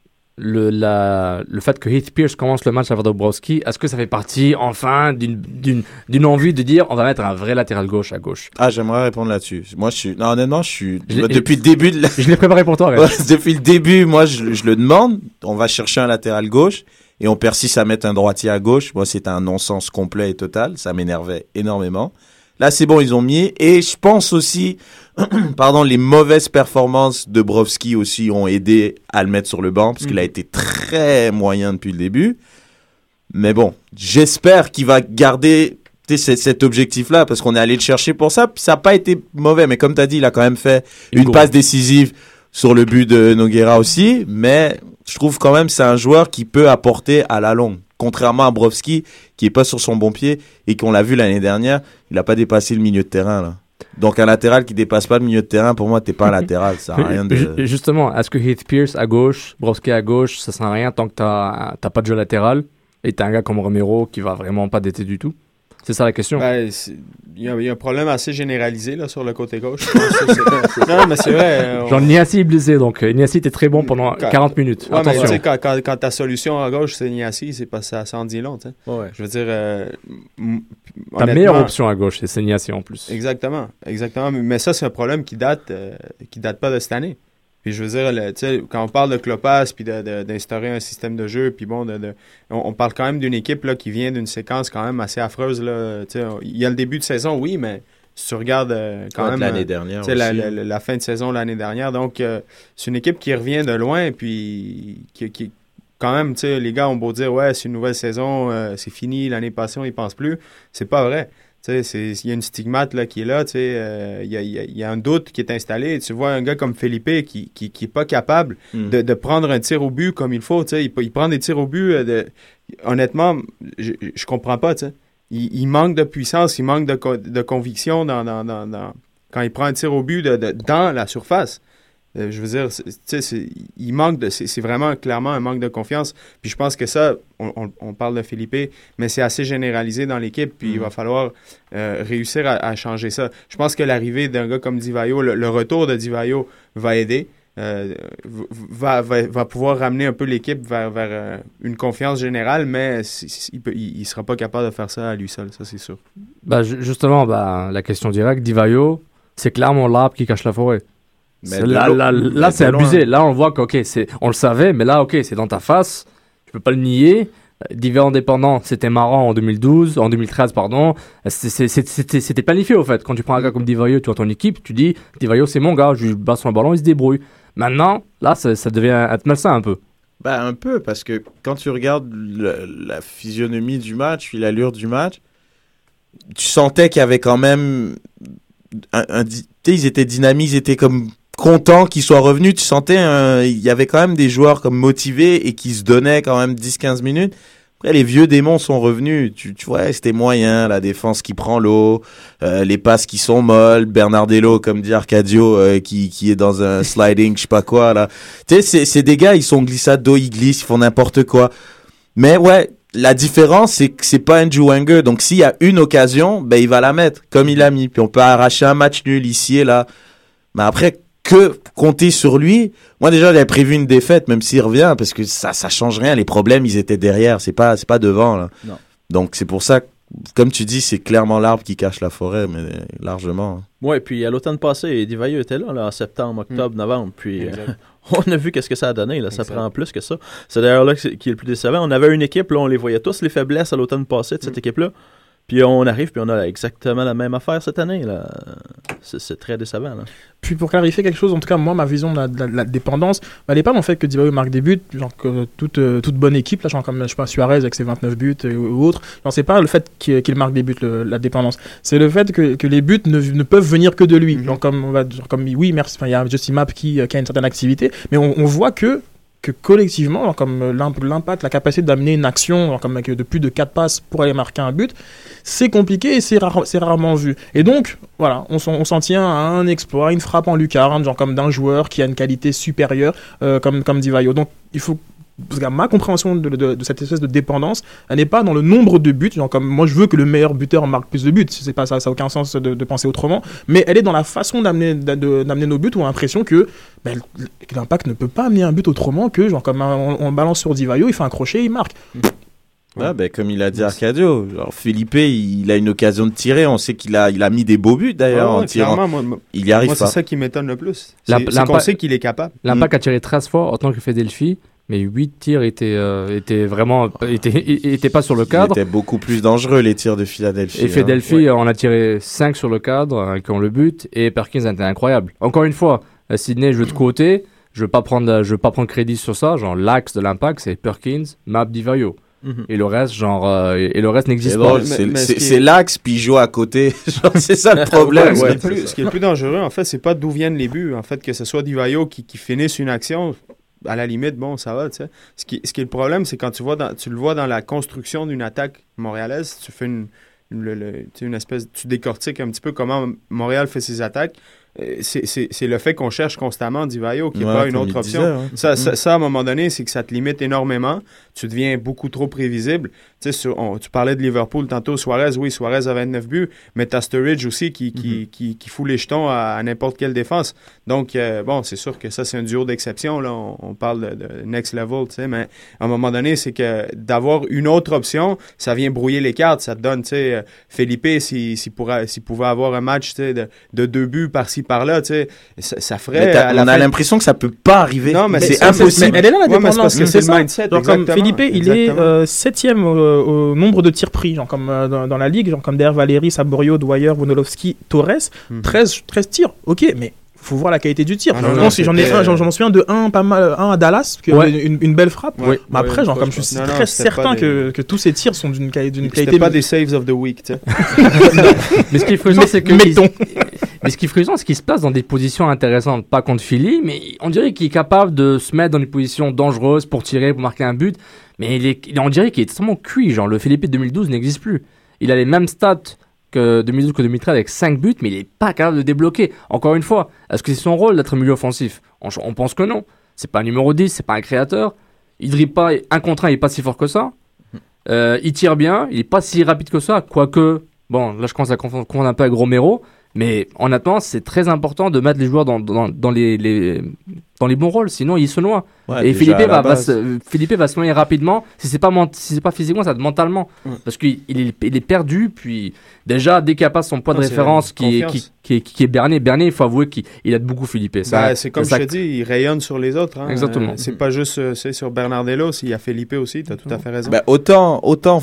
le, la, le fait que Heath Pierce commence le match avec Dabrowski, est-ce que ça fait partie enfin d'une, d'une, d'une envie de dire on va mettre un vrai latéral gauche à gauche? Ah, j'aimerais répondre là-dessus. Moi, je suis, non, honnêtement, je suis, Je- depuis le début de la... Je l'ai préparé pour toi, Red. Ouais, depuis le début, moi, je, je le demande. On va chercher un latéral gauche et on persiste à mettre un droitier à gauche. Moi, c'était un non-sens complet et total. Ça m'énervait énormément. Là, c'est bon, ils ont mis. Et je pense aussi, pardon, les mauvaises performances de Brovski aussi ont aidé à le mettre sur le banc parce qu'il a été très moyen depuis le début. Mais bon, j'espère qu'il va garder tu sais, cet objectif-là parce qu'on est allé le chercher pour ça. Puis ça n'a pas été mauvais. Mais comme tu as dit, il a quand même fait Une une grosse. passe décisive sur le but de Nogueira aussi, mais je trouve quand même que c'est un joueur qui peut apporter à la longue. Contrairement à Brovski, qui est pas sur son bon pied et qu'on l'a vu l'année dernière, il a pas dépassé le milieu de terrain, là. Donc un latéral qui dépasse pas le milieu de terrain, pour moi, t'es pas un latéral, ça sert à rien de... Justement, est-ce que Heath Pierce à gauche, Brovski à gauche, ça sert à rien tant que t'as, t'as pas de jeu latéral et t'as un gars comme Romero qui va vraiment pas d'été du tout? C'est ça la question. Ben, il y, y a un problème assez généralisé là, sur le côté gauche. Je pense que c'est, c'est... Non, mais c'est vrai. On... Genre, Niassi est blessé, donc Niassi était très bon pendant quand... quarante minutes. Ouais, Attention. mais tu sais, quand, quand, quand ta solution à gauche, c'est Niassi, c'est pas ça, ça en dit long. Ouais. Je veux dire. Euh, m- Ta meilleure option à gauche, c'est Niassi en plus. Exactement. Exactement. Mais ça, c'est un problème qui date, euh, qui date pas de cette année. Puis je veux dire, le, tu sais, quand on parle de Klopas, puis de, de, d'instaurer un système de jeu, puis bon, de, de, on, on parle quand même d'une équipe là, qui vient d'une séquence quand même assez affreuse. Là, tu sais, il y a le début de saison, oui, mais si tu regardes euh, quand ouais, même l'année dernière tu sais, la, la, la fin de saison l'année dernière. Donc, euh, c'est une équipe qui revient de loin, puis qui, qui quand même, tu sais, les gars ont beau dire, ouais, c'est une nouvelle saison, euh, c'est fini, l'année passée, on y pense plus. C'est pas vrai. Il y a une stigmate là, qui est là, il euh, y, a, y, a, y a un doute qui est installé. Tu vois un gars comme Felipe qui qui, qui est pas capable mm. de, de prendre un tir au but comme il faut. Il, il prend des tirs au but. Euh, de, honnêtement, je, je comprends pas. Il, il manque de puissance, il manque de, de conviction dans, dans, dans, dans, quand il prend un tir au but de, de, dans la surface. Euh, je veux dire, c'est, c'est, il manque de, c'est, c'est vraiment clairement un manque de confiance. Puis je pense que ça, on, on, on parle de Felipe, mais c'est assez généralisé dans l'équipe. Puis mm. il va falloir euh, réussir à, à changer ça. Je pense que l'arrivée d'un gars comme Di Vaio, le, le retour de Di Vaio va aider, euh, va, va, va pouvoir ramener un peu l'équipe vers, vers euh, une confiance générale, mais il ne sera pas capable de faire ça à lui seul, ça c'est sûr. Bah, justement, bah, la question directe, Di Vaio, c'est clairement l'arbre qui cache la forêt. Mais là, là, là, là c'est abusé. Là, on voit que, c'est, on le savait, mais là, ok, c'est dans ta face. Tu peux pas le nier. Divers indépendant, c'était marrant en deux mille douze, en deux mille treize, pardon. C'est, c'est, c'était, c'était planifié, au fait. Quand tu prends un gars comme Di Vaio, tu vois ton équipe, tu dis, Di Vaio, c'est mon gars, je lui bats son ballon, il se débrouille. Maintenant, là, ça, ça devient être malsain un peu. Bah, un peu, parce que quand tu regardes le, la physionomie du match, puis l'allure du match, tu sentais qu'il y avait quand même un, un, tu sais, ils étaient dynamiques, ils étaient comme contents qu'ils soient revenus. Tu sentais, un, il y avait quand même des joueurs comme motivés et qui se donnaient quand même dix quinze minutes. Après, les vieux démons sont revenus. Tu, tu vois, c'était moyen, la défense qui prend l'eau, euh, les passes qui sont molles, Bernardello, comme dit Arcadio, euh, qui, qui est dans un sliding, je sais pas quoi, là. Tu sais, c'est, c'est des gars, ils sont glissades d'eau, ils glissent, ils font n'importe quoi. Mais ouais, la différence, c'est que c'est pas Andrew Wenger. Donc, s'il y a une occasion, ben, il va la mettre, comme il l'a mis. Puis on peut arracher un match nul ici et là. Mais après, que compter sur lui. Moi, déjà, j'avais prévu une défaite, même s'il revient, parce que ça, ça change rien. Les problèmes, ils étaient derrière. C'est pas, c'est pas devant, là. Non. Donc, c'est pour ça que, comme tu dis, c'est clairement l'arbre qui cache la forêt, mais largement. Ouais, puis à l'automne passé, Di Vaio était là, là, en septembre, octobre, mmh. novembre. Puis, euh, on a vu qu'est-ce que ça a donné, là. Ça exact. Prend plus que ça. C'est d'ailleurs là qui est le plus décevant. On avait une équipe, là, on les voyait tous, les faiblesses à l'automne passé de cette mmh. équipe-là. Puis on arrive, puis on a exactement la même affaire cette année. Là. C'est, c'est très décevant. Là. Puis pour clarifier quelque chose, en tout cas, moi, ma vision de la, de la, de la dépendance, bah, elle n'est pas dans le fait que Di Vaio marque des buts, genre que toute, euh, toute bonne équipe, là, genre comme je sais pas, Suarez avec ses vingt-neuf buts euh, ou autre. Genre, c'est pas le fait qu'il, qu'il marque des buts, le, la dépendance. C'est le fait que, que les buts ne, ne peuvent venir que de lui. Mm-hmm. Genre comme, on va, genre comme oui, merci, il y a Justin Mapp qui, qui a une certaine activité, mais on, on voit que que collectivement, comme l'impact, la capacité d'amener une action comme de plus de quatre passes pour aller marquer un but, c'est compliqué et c'est, rare, c'est rarement vu. Et donc, voilà, on s'en, on s'en tient à un exploit, une frappe en lucarne, genre comme d'un joueur qui a une qualité supérieure, euh, comme, comme Di Vaio. Donc, il faut... Parce que ma compréhension de, de, de cette espèce de dépendance, elle n'est pas dans le nombre de buts. Genre comme moi, je veux que le meilleur buteur marque plus de buts. C'est pas ça, ça n'a aucun sens de, de penser autrement. Mais elle est dans la façon d'amener, de, de, d'amener nos buts. Où on a l'impression que ben, l'Impact ne peut pas amener un but autrement que genre comme on, on balance sur Di Vaio, il fait un crochet, il marque. Ouais, ben, comme il a dit Arcadio, genre Felipe, il a une occasion de tirer. On sait qu'il a, il a mis des beaux buts d'ailleurs ouais, en tirant. Moi, moi, il y arrive moi, pas. C'est ça qui m'étonne le plus. C'est, La, c'est qu'on sait qu'il est capable. L'Impact mmh. a tiré treize fois autant que Philadelphie. Mais huit tirs étaient, euh, étaient vraiment étaient, étaient pas sur le cadre. Ils étaient beaucoup plus dangereux, les tirs de Philadelphie. Et Philadelphie, hein. ouais. on a tiré cinq sur le cadre, hein, qui ont le but, et Perkins était incroyable. Encore une fois, euh, Sydney, je veux de côté, je veux pas prendre, je veux pas prendre crédit sur ça. Genre, l'axe de l'Impact, c'est Perkins, Mapp, Di Vaio. Mm-hmm. Et le reste, genre, euh, et le reste n'existe c'est pas. Drôle, Mais, c'est, mais c'est, ce qui c'est est... l'axe, puis il joue à côté. Genre, c'est ça le problème. Ouais, ouais. ce, qui est plus, ce qui est le plus dangereux, en fait, c'est pas d'où viennent les buts. En fait, que ce soit Divayo qui, qui finisse une action, à la limite, bon, ça va, tu sais. Ce qui, ce qui est le problème, c'est quand tu, vois dans, tu le vois dans la construction d'une attaque montréalaise, tu fais une, une, le, le, une espèce, tu décortiques un petit peu comment Montréal fait ses attaques. C'est, c'est, c'est le fait qu'on cherche constamment Divayo, qui n'est ouais, pas une autre option. Disait, hein. ça, ça, ça, à un moment donné, c'est que ça te limite énormément. Tu deviens beaucoup trop prévisible. Tu sais, sur, on, tu parlais de Liverpool tantôt, Suarez, oui, Suarez a vingt-neuf buts, mais t'as Sturridge aussi qui, qui, mm-hmm. qui, qui fout les jetons à, à n'importe quelle défense. Donc, euh, bon, c'est sûr que ça, c'est un duo d'exception. Là, on, on parle de, de next level, tu sais, mais à un moment donné, c'est que d'avoir une autre option, ça vient brouiller les cartes. Ça te donne, tu sais, Felipe, s'il, s'il, pourra, s'il pouvait avoir un match, tu sais, de, de deux buts par-ci, par-là, tu sais, ça, ça ferait... À la on a fin... l'impression que ça peut pas arriver. Non, mais c'est, c'est impossible. Mais elle est là, la ouais, dépendance. parce que c'est, c'est le mindset. Genre comme Felipe, il est euh, septième au, au nombre de tirs pris, genre comme euh, dans, dans la ligue, genre comme derrière Valéry, Saborio, Dwyer, Vonolovski, Torres, mm. treize, treize tirs. Ok, mais faut voir la qualité du tir. Ah, non, non, non, si j'en ai un, j'en, j'en souviens de un, pas mal, un à Dallas, qui ouais. une, une belle frappe. Ouais. Mais après, ouais, genre, comme je suis non, très non, certain des... que, que tous ces tirs sont d'une, d'une c'était qualité. C'était pas des saves of the week, tu sais. Mais ce qui est frustrant, c'est que. Mettons. Mais ce qui est frustrant, c'est qu'il se place dans des positions intéressantes, pas contre Philly, mais on dirait qu'il est capable de se mettre dans des positions dangereuses pour tirer, pour marquer un but. Mais il est, on dirait qu'il est extrêmement cuit. Genre, le Felipe de deux mille douze n'existe plus. Il a les mêmes stats que deux mille douze que deux mille treize avec cinq buts, mais il n'est pas capable de débloquer. Encore une fois, est-ce que c'est son rôle d'être milieu offensif ? on, on pense que non. C'est pas un numéro dix, c'est pas un créateur. Il dribble pas, un contre un, il est pas si fort que ça. Euh, il tire bien, il est pas si rapide que ça. Quoique, bon, là je commence à confondre un peu avec Romero. Mais honnêtement, c'est très important de mettre les joueurs dans, dans, dans, les, les, dans les bons rôles, sinon ils se noient. Ouais, et Felipe va, va, se, Felipe va se noyer rapidement, si c'est pas, si c'est pas physiquement, ça mentalement. Ouais. Parce qu'il il est, il est perdu, puis déjà, dès qu'il n'y a pas son point non, de référence qui est, qui, qui, qui est Bernier, Bernier, il faut avouer qu'il aide beaucoup Felipe. Ça, bah, c'est comme ça, je te dis, il rayonne sur les autres. Hein. Exactement. Euh, c'est pas juste c'est sur Bernardello, il y a Felipe aussi, tu as tout à fait raison. Bah, autant, autant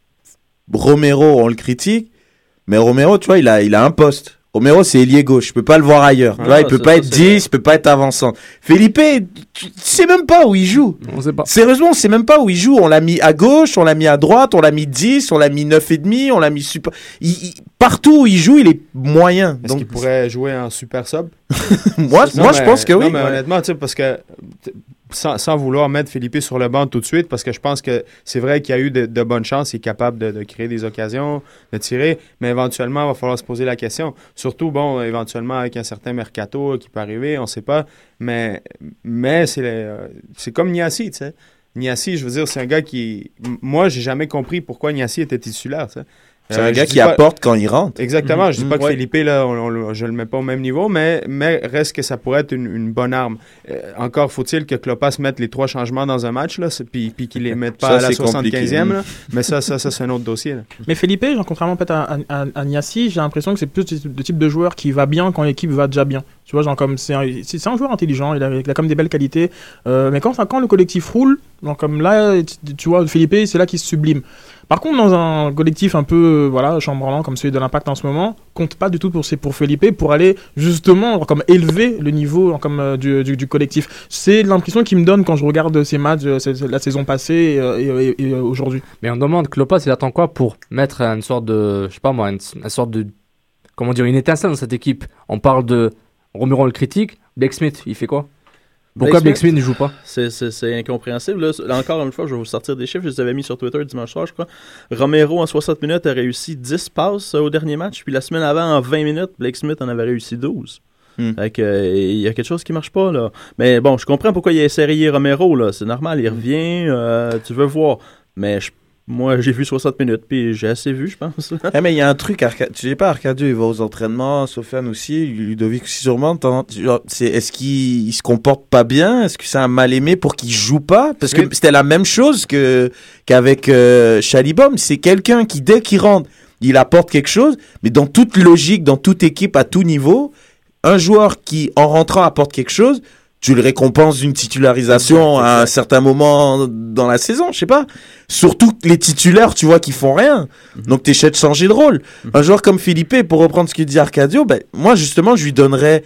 Romero, on le critique, mais Romero, tu vois, il a, il a un poste. Romero, c'est ailier gauche. Je peux pas le voir ailleurs. Ah, tu vois, il peut pas être dix, il peut pas être avançant. Felipe, tu sais même pas où il joue. On sait pas. Sérieusement, on sait même pas où il joue. On l'a mis à gauche, on l'a mis à droite, on l'a mis dix, on l'a mis neuf et demi, on l'a mis super. Il, il, partout où il joue, il est moyen. Est-ce donc qu'il pourrait jouer en super sub? moi, non, moi, mais, je pense que non, oui. Mais ouais. honnêtement, tu sais, parce que sans, sans vouloir mettre Felipe sur le banc tout de suite, parce que je pense que c'est vrai qu'il y a eu de, de bonnes chances, il est capable de, de créer des occasions, de tirer, mais éventuellement, il va falloir se poser la question. Surtout, bon, éventuellement, avec un certain mercato qui peut arriver, on ne sait pas, mais, mais c'est, le, c'est comme Niassi, tu sais. Niassi, je veux dire, c'est un gars qui... Moi, j'ai jamais compris pourquoi Niassi était titulaire, tu sais. C'est euh, un gars qui pas... apporte quand il rentre. Exactement. Mmh. Je dis pas mmh. que ouais. Felipe, là, on, on, je le mets pas au même niveau, mais, mais reste que ça pourrait être une, une bonne arme. Euh, encore faut-il que Klopas mette les trois changements dans un match, là, puis, puis qu'il les mette pas ça, à la soixante-quinzième. Là. Mais ça, ça, ça, c'est un autre dossier. Là. Mais Felipe, genre, contrairement peut-être à, à, à Niassi, j'ai l'impression que c'est plus le type de joueur qui va bien quand l'équipe va déjà bien. Tu vois, genre, comme c'est un, c'est, c'est un joueur intelligent, il a, il a comme des belles qualités. Euh, mais quand, quand le collectif roule, genre, comme là, tu, tu vois, Felipe, c'est là qu'il se sublime. Par contre, dans un collectif un peu, euh, voilà, chambranlant comme celui de l'Impact en ce moment, compte pas du tout pour, pour Felipe pour aller justement genre, comme élever le niveau genre, comme, euh, du, du, du collectif. C'est l'impression qu'il me donne quand je regarde ces matchs euh, la saison passée et, et, et, et aujourd'hui. Mais on demande, Klopas, il attend quoi pour mettre une sorte de, je sais pas moi, une, une sorte de, comment dire, une étincelle dans cette équipe. On parle de Romero le critique, Blake Smith, il fait quoi? Pourquoi Blake Smith ne joue pas? C'est, c'est, c'est incompréhensible. Là, là, encore une fois, je vais vous sortir des chiffres. Je les avais mis sur Twitter dimanche soir, je crois. Romero, en soixante minutes, a réussi dix passes euh, au dernier match. Puis la semaine avant, en vingt minutes, Blake Smith en avait réussi douze. Mm. Fait que, euh, il y a quelque chose qui marche pas, là. Mais bon, je comprends pourquoi il a essayé Romero, là. C'est normal, il revient, euh, tu veux voir. Mais je Moi, j'ai vu soixante minutes, puis j'ai assez vu, je pense. Eh, mais il y a un truc, Arca... tu sais pas, Arcadio, il va aux entraînements, Sofiane aussi, Ludovic aussi sûrement. C'est... Est-ce qu'il il se comporte pas bien? Est-ce que c'est un mal-aimé pour qu'il joue pas? Parce que oui. C'était la même chose que... qu'avec euh, Chalibom. C'est quelqu'un qui, dès qu'il rentre, il apporte quelque chose, mais dans toute logique, dans toute équipe, à tout niveau, un joueur qui, en rentrant, apporte quelque chose, tu le récompenses d'une titularisation exact, à un certain moment dans la saison, je sais pas. Surtout les titulaires, tu vois, qui font rien. Mm-hmm. Donc t'essaies de changer de rôle. Mm-hmm. Un joueur comme Felipe, pour reprendre ce que dit Arcadio, ben, moi, justement, je lui donnerais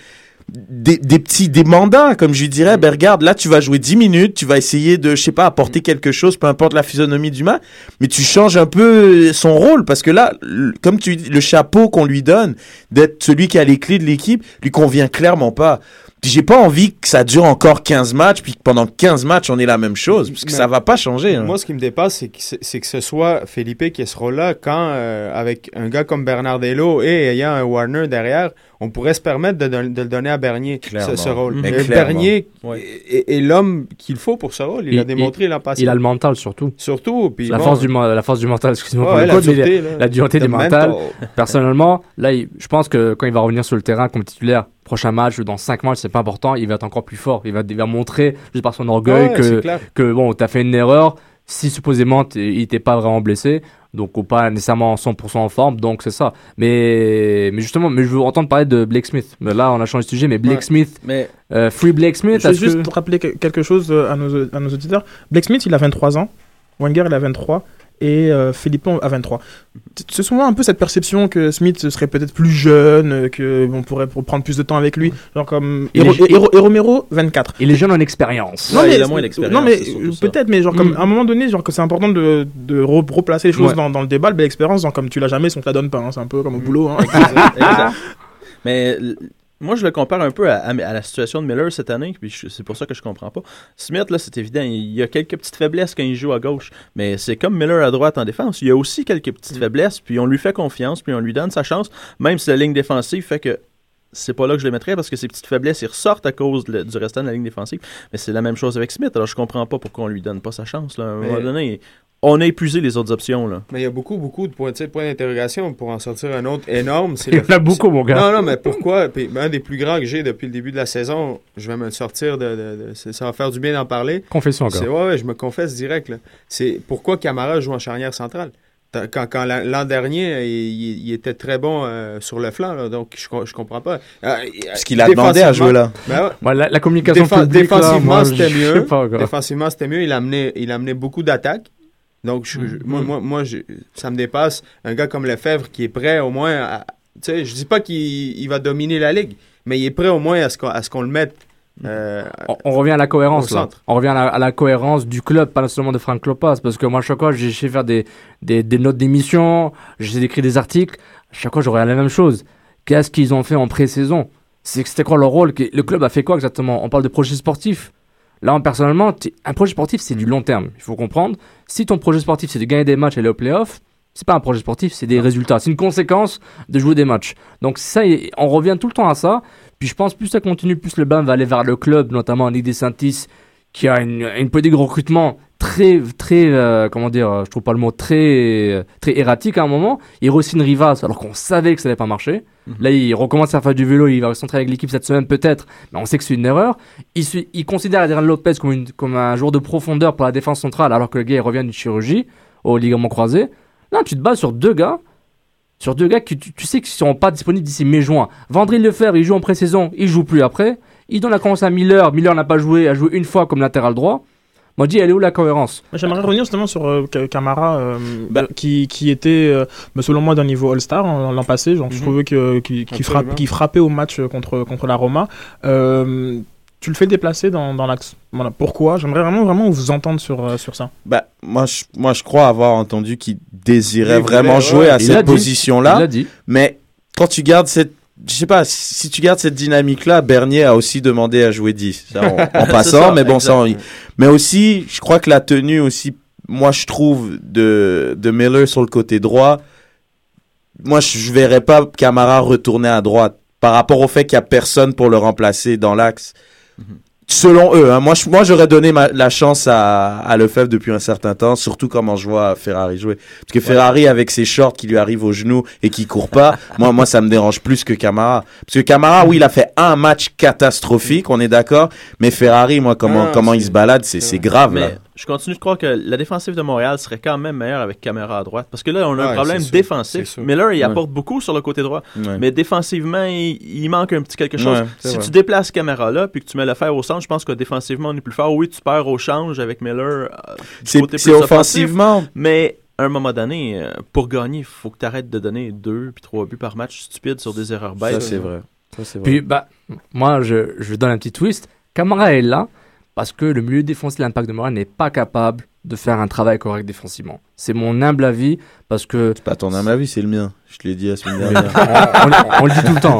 des, des petits des mandats, comme je lui dirais. Ben regarde, là tu vas jouer dix minutes, tu vas essayer de, je sais pas, apporter quelque chose, peu importe la physionomie du match, mais tu changes un peu son rôle, parce que là, le, comme tu dis, le chapeau qu'on lui donne d'être celui qui a les clés de l'équipe lui convient clairement pas. J'ai pas envie que ça dure encore quinze matchs, puis que pendant quinze matchs, on ait la même chose, parce que Mais ça va pas changer. Hein. Moi, ce qui me dépasse, c'est que, c'est, c'est que ce soit Felipe qui ait ce rôle-là, quand, euh, avec un gars comme Bernardello et ayant un Warner derrière, on pourrait se permettre de, de, de le donner à Bernier, ce, ce rôle. Mais et Bernier ouais. est, est l'homme qu'il faut pour ce rôle. Il, il a démontré l'an passé. Il a le mental, surtout. Surtout. Puis la, bon, force du, la force du mental, excusez-moi. Ouais, pour la, le code, dureté, la, la dureté du mental. Personnellement, là, il, je pense que quand il va revenir sur le terrain comme titulaire, prochain match, dans cinq matchs, c'est pas important, il va être encore plus fort. Il va, il va montrer, juste par son orgueil, ouais, que, que bon, t'as fait une erreur. Si supposément il n'était pas vraiment blessé, donc ou pas nécessairement cent pour cent en forme, donc c'est ça. Mais, mais justement, mais je veux entendre parler de Blake Smith. Mais là, on a changé de sujet, mais Blake ouais. Smith, mais euh, Free Blake Smith. Je veux juste que... rappeler quelque chose à nos, à nos auditeurs. Blake Smith, il a vingt-trois ans, Wenger, il a vingt-trois, et euh, Philippe a vingt-trois. C'est souvent un peu cette perception que Smith serait peut-être plus jeune, qu'on pourrait prendre plus de temps avec lui. Genre comme et, et, et, et Romero, vingt-quatre. Il est jeune en expérience. Non, ouais, mais, il a moins d'expérience. Non, mais peut-être, mais genre mm. comme à un moment donné, genre que c'est important de, de re- replacer les choses ouais. dans, dans le débat. Le bel expérience, genre comme tu l'as jamais, si on te la donne pas. Hein, c'est un peu comme au boulot. Hein. Exact, exact. Mais moi, je le compare un peu à, à, à la situation de Miller cette année, puis je, c'est pour ça que je comprends pas. Smith, là, c'est évident, il y a quelques petites faiblesses quand il joue à gauche, mais c'est comme Miller à droite en défense. Il y a aussi quelques petites mm. faiblesses, puis on lui fait confiance, puis on lui donne sa chance, même si la ligne défensive fait que c'est pas là que je le mettrais, parce que ces petites faiblesses, ils ressortent à cause de, du restant de la ligne défensive. Mais c'est la même chose avec Smith, alors je comprends pas pourquoi on lui donne pas sa chance. Là. À un mais... moment donné, on a épuisé les autres options. Là. Mais il y a beaucoup, beaucoup de points, points d'interrogation pour en sortir un autre énorme. C'est il y en a beaucoup, mon gars. Non, non, mais pourquoi? Puis, un des plus grands que j'ai depuis le début de la saison, je vais me sortir de... de, de ça va faire du bien d'en parler. Confession encore. C'est, ouais, ouais, je me confesse direct. Là. C'est pourquoi Camara joue en charnière centrale. Quand, quand l'an dernier, il, il était très bon euh, sur le flanc, là, donc je, je comprends pas. Euh, Parce qu'il a demandé à jouer là. Ben ouais. Ouais, la, la communication Déf- publique, défensivement, là, moi, c'était mieux. Pas, défensivement, c'était mieux. Il a amené, il a amené beaucoup d'attaques. Donc, je, je, mm-hmm. moi, moi, moi je, ça me dépasse. Un gars comme Lefebvre qui est prêt au moins à... Tu sais, je dis pas qu'il il va dominer la Ligue, mais il est prêt au moins à ce qu'on, à ce qu'on le mette. Euh, on, on revient à la cohérence là. On revient à la, à la cohérence du club, pas seulement de Frank Lopez, parce que moi chaque fois j'ai essayé de faire des, des, des notes d'émission, j'ai essayé d'écrire des articles, chaque fois je regarde la même chose. Qu'est-ce qu'ils ont fait en pré-saison? C'est, c'était quoi leur rôle? Le club a fait quoi exactement? On parle de projet sportif. Là, personnellement, un projet sportif c'est du long terme, il faut comprendre. Si ton projet sportif c'est de gagner des matchs et aller au play-off, c'est pas un projet sportif, c'est des résultats, c'est une conséquence de jouer des matchs. Donc ça, on revient tout le temps à ça. Puis je pense plus ça continue, plus le blâme va aller vers le club, notamment en Ligue des Santis, qui a une, une politique de recrutement très, très, euh, comment dire, je trouve pas le mot, très, très erratique à un moment. Il re-signe Rivas, alors qu'on savait que ça allait pas marcher. Mm-hmm. Là, il recommence à faire du vélo, il va se centrer avec l'équipe cette semaine peut-être, mais on sait que c'est une erreur. Il, il considère Adrien Lopez comme, une, comme un joueur de profondeur pour la défense centrale, alors que le gars il revient d'une chirurgie au ligament croisé. Là, tu te bases sur deux gars. Sur deux gars que tu, tu sais qu'ils ne seront pas disponibles d'ici mai-juin. Vandril Lefebvre, il joue en pré-saison, il ne joue plus après. Il donne la commence à Miller. Miller n'a pas joué, a joué une fois comme latéral droit. Moi, je dis, elle est où la cohérence? J'aimerais revenir justement sur euh, Camara, euh, bah. qui, qui était, euh, selon moi, d'un niveau All-Star hein, l'an passé. Genre, mm-hmm. Je trouvais que, qu'il, qu'il, frappe, qu'il frappait au match contre, contre la Roma. Euh, tu le fais déplacer dans, dans l'axe. Voilà. Pourquoi? J'aimerais vraiment, vraiment vous entendre sur, euh, sur ça. Bah, moi, je, moi, je crois avoir entendu qu'il désirait il vraiment voulait, jouer ouais. à il cette position-là. Il l'a dit. Mais quand tu gardes cette, je sais pas, si tu gardes cette dynamique-là, Bernier a aussi demandé à jouer dix. Ça, en, en passant, ça, mais bon, ça, on... mais aussi, je crois que la tenue aussi, moi, je trouve de, de Miller sur le côté droit, moi, je, je verrais pas Camara retourner à droite par rapport au fait qu'il y a personne pour le remplacer dans l'axe. Mm-hmm. Selon eux, hein. moi, je, moi j'aurais donné ma, la chance à, à Lefebvre depuis un certain temps, surtout comment je vois Ferrari jouer. Parce que Ferrari, ouais. avec ses shorts qui lui arrivent aux genoux et qui court pas, moi, moi ça me dérange plus que Camara. Parce que Camara, oui, il a fait un match catastrophique, on est d'accord, mais Ferrari, moi, comment, ah, comment il se balade, c'est, c'est grave. Mais... là. Je continue de croire que la défensive de Montréal serait quand même meilleure avec Camara à droite. Parce que là, on a ouais, un problème défensif. Miller, il ouais. apporte beaucoup sur le côté droit. Ouais. Mais défensivement, il, il manque un petit quelque chose. Ouais, si vrai. tu déplaces Camara là, puis que tu mets Lefebvre au centre, je pense que défensivement, on est plus fort. Oui, tu perds au change avec Miller. Euh, c'est côté c'est plus offensivement. Offensif, mais à un moment donné, euh, pour gagner, il faut que tu arrêtes de donner deux puis trois buts par match stupide sur des erreurs bêtes. Ça, c'est vrai. Ça, c'est vrai. Puis, bah, moi, je, je donne un petit twist. Camara est là parce que le milieu défensif de l'Impact de Montréal n'est pas capable de faire un travail correct défensivement. C'est mon humble avis parce que... C'est pas ton humble avis, c'est le mien. Je te l'ai dit la semaine dernière. on, on, on le dit tout le temps.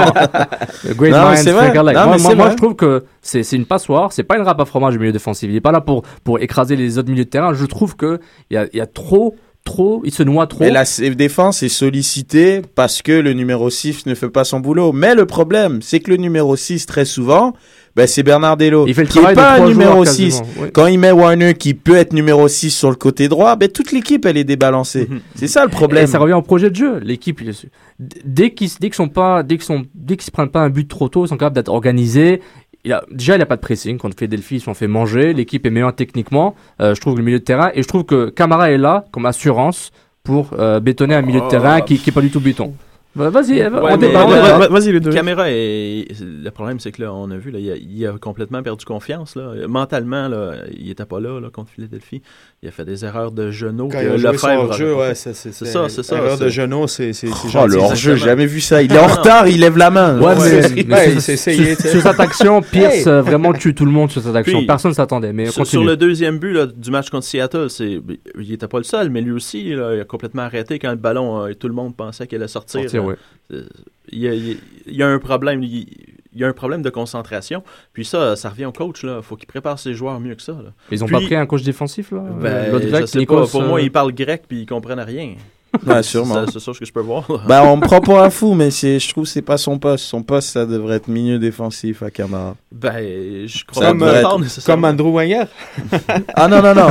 Oh, great non, minds c'est vrai. think alike. Non, moi, mais moi, c'est moi vrai. je trouve que c'est, c'est une passoire. C'est pas une râpe à fromage du milieu défensif. Il est pas là pour, pour écraser les autres milieux de terrain. Je trouve qu'il y a, y a trop... trop, il se noie trop. Mais la s- défense est sollicitée parce que le numéro six ne fait pas son boulot. Mais le problème, c'est que le numéro six, très souvent, ben, c'est Bernardello. Il fait le qui n'est travail de pas un trois numéro joueurs six. quasiment, oui. Quand il met Warner qui peut être numéro six sur le côté droit, ben, toute l'équipe, elle est débalancée. C'est ça le problème. Et ça revient au projet de jeu. L'équipe, il est- d- dès qu'ils, dès qu'ils sont pas, dès qu'ils sont, dès qu'ils se prennent pas un but trop tôt, ils sont capables d'être organisés. Il a, déjà, il n'y a pas de pressing. Quand Philadelphie, ils se sont fait manger. L'équipe est meilleure techniquement. Euh, je trouve le milieu de terrain. Et je trouve que Camara est là comme assurance pour euh, bétonner un milieu de terrain qui n'est pas du tout béton. Bah, vas-y, Ouais, on mais- débat. on ouais, débat. ouais, Vas-y, les deux. Caméra est... Le problème, c'est que là, on a vu, là, il, a, il a complètement perdu confiance. Là. Mentalement, là, il était pas là, là contre Philadelphie. Il a fait des erreurs de genoux. Quand que il a joué Lefebvre son hors-jeu, avait pas ouais, fait. ça, c'est, c'est ça, c'est ça. Erreur c'est- de genoux, c'est, c'est, c'est Oh, gentil. le hors-jeu, exactement. jamais vu ça. Il est en retard, il lève la main. Ouais, mais, Ouais, mais ouais, sur- il s'est essayé, sur, tu sais. sur cette action, Pierce Hey! euh, vraiment tue tout le monde sur cette action. Puis, Personne ne s'attendait. Mais Sur, continue. sur le deuxième but là, du match contre Seattle, c'est, il était pas le seul, mais lui aussi, là, il a complètement arrêté quand le ballon, euh, tout le monde pensait qu'il allait sortir. Sortir, là. ouais. Euh, Il y, a, il y a- il y a un problème. Il, il y a un problème de concentration. Puis ça, ça revient au coach. Il faut qu'il prépare ses joueurs mieux que ça. Là. Ils n'ont Puis- pas pris un coach défensif, là Ben, L'autre je grec, sais Nikos, pas. Pour euh, moi, ils parlent grec puis ils comprennent rien. Ouais, sûrement. C'est, c'est ça ce que je peux voir. là. Bah, on me prend pour un fou, mais c'est, je trouve que c'est pas son poste. Son poste, ça devrait être milieu défensif à Camara. Ben, je crois Ça pas devrait que être- tard, nécessairement. Comme Andrew Wenger. Ah non, non, non.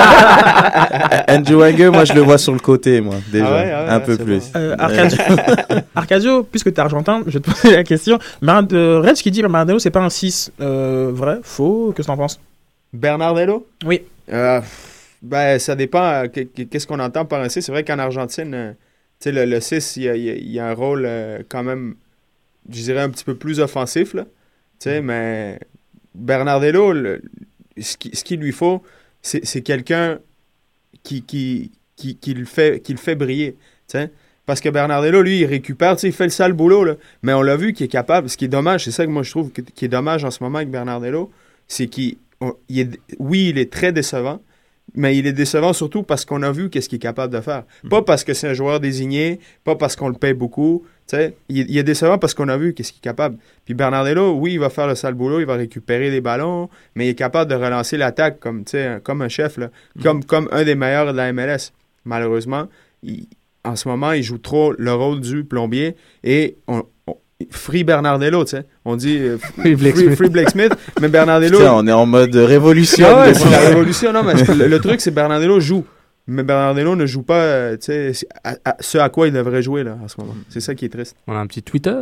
Andrew, Andrew Wenger, moi, je le vois sur le côté, moi, déjà. Ah ouais, ah ouais, un ouais, peu c'est plus. Euh, Arcadio, Arcadio, puisque t'es argentin, je vais te poser la question. Marad- euh, Reds qui dit que Bernardello, c'est pas un six. Euh, vrai, faux, qu'est-ce que t'en penses? Bernardello? Oui. Euh, ben, ça dépend. euh, que- que- Qu'est-ce qu'on entend par un six? C'est vrai qu'en Argentine, euh, tu sais, le, le six, il y a, il y a- il y a un rôle euh, quand même, je dirais, un petit peu plus offensif, là. Tu sais, mais Bernardello, le- ce qui- ce qu'il lui faut, c'est c'est quelqu'un qui, qui, qui, qui le fait, qui le fait briller, tu sais. Parce que Bernardello, lui, il récupère, tu sais, il fait le sale boulot, là. Mais on l'a vu qu'il est capable. Ce qui est dommage, c'est ça que moi je trouve que- qui est dommage en ce moment avec Bernardello, c'est qu'il on- il est, oui, il est très décevant, mais il est décevant surtout parce qu'on a vu qu'est-ce qu'il est capable de faire. Pas parce que c'est un joueur désigné, pas parce qu'on le paye beaucoup, tu sais. Il, est- il est décevant parce qu'on a vu qu'est-ce qu'il est capable. Puis Bernardello, oui, il va faire le sale boulot, il va récupérer des ballons, mais il est capable de relancer l'attaque comme, tu sais, un- comme un chef, là, comme, comme un des meilleurs de la M L S. Malheureusement, il- en ce moment, il joue trop le rôle du plombier et on, on- Free Bernardello, tu sais. On dit euh, Free Blake free, Smith. free Blake Smith, mais Bernardello. Putain, on est en mode révolution. Ah ouais, de- c'est la révolution. Non, mais c'est- le, le truc, c'est Bernardello joue. Mais Bernardello ne joue pas euh, tu sais, c'est à, à- ce à quoi il devrait jouer là, en ce moment. C'est ça qui est triste. On a un petit Twitter.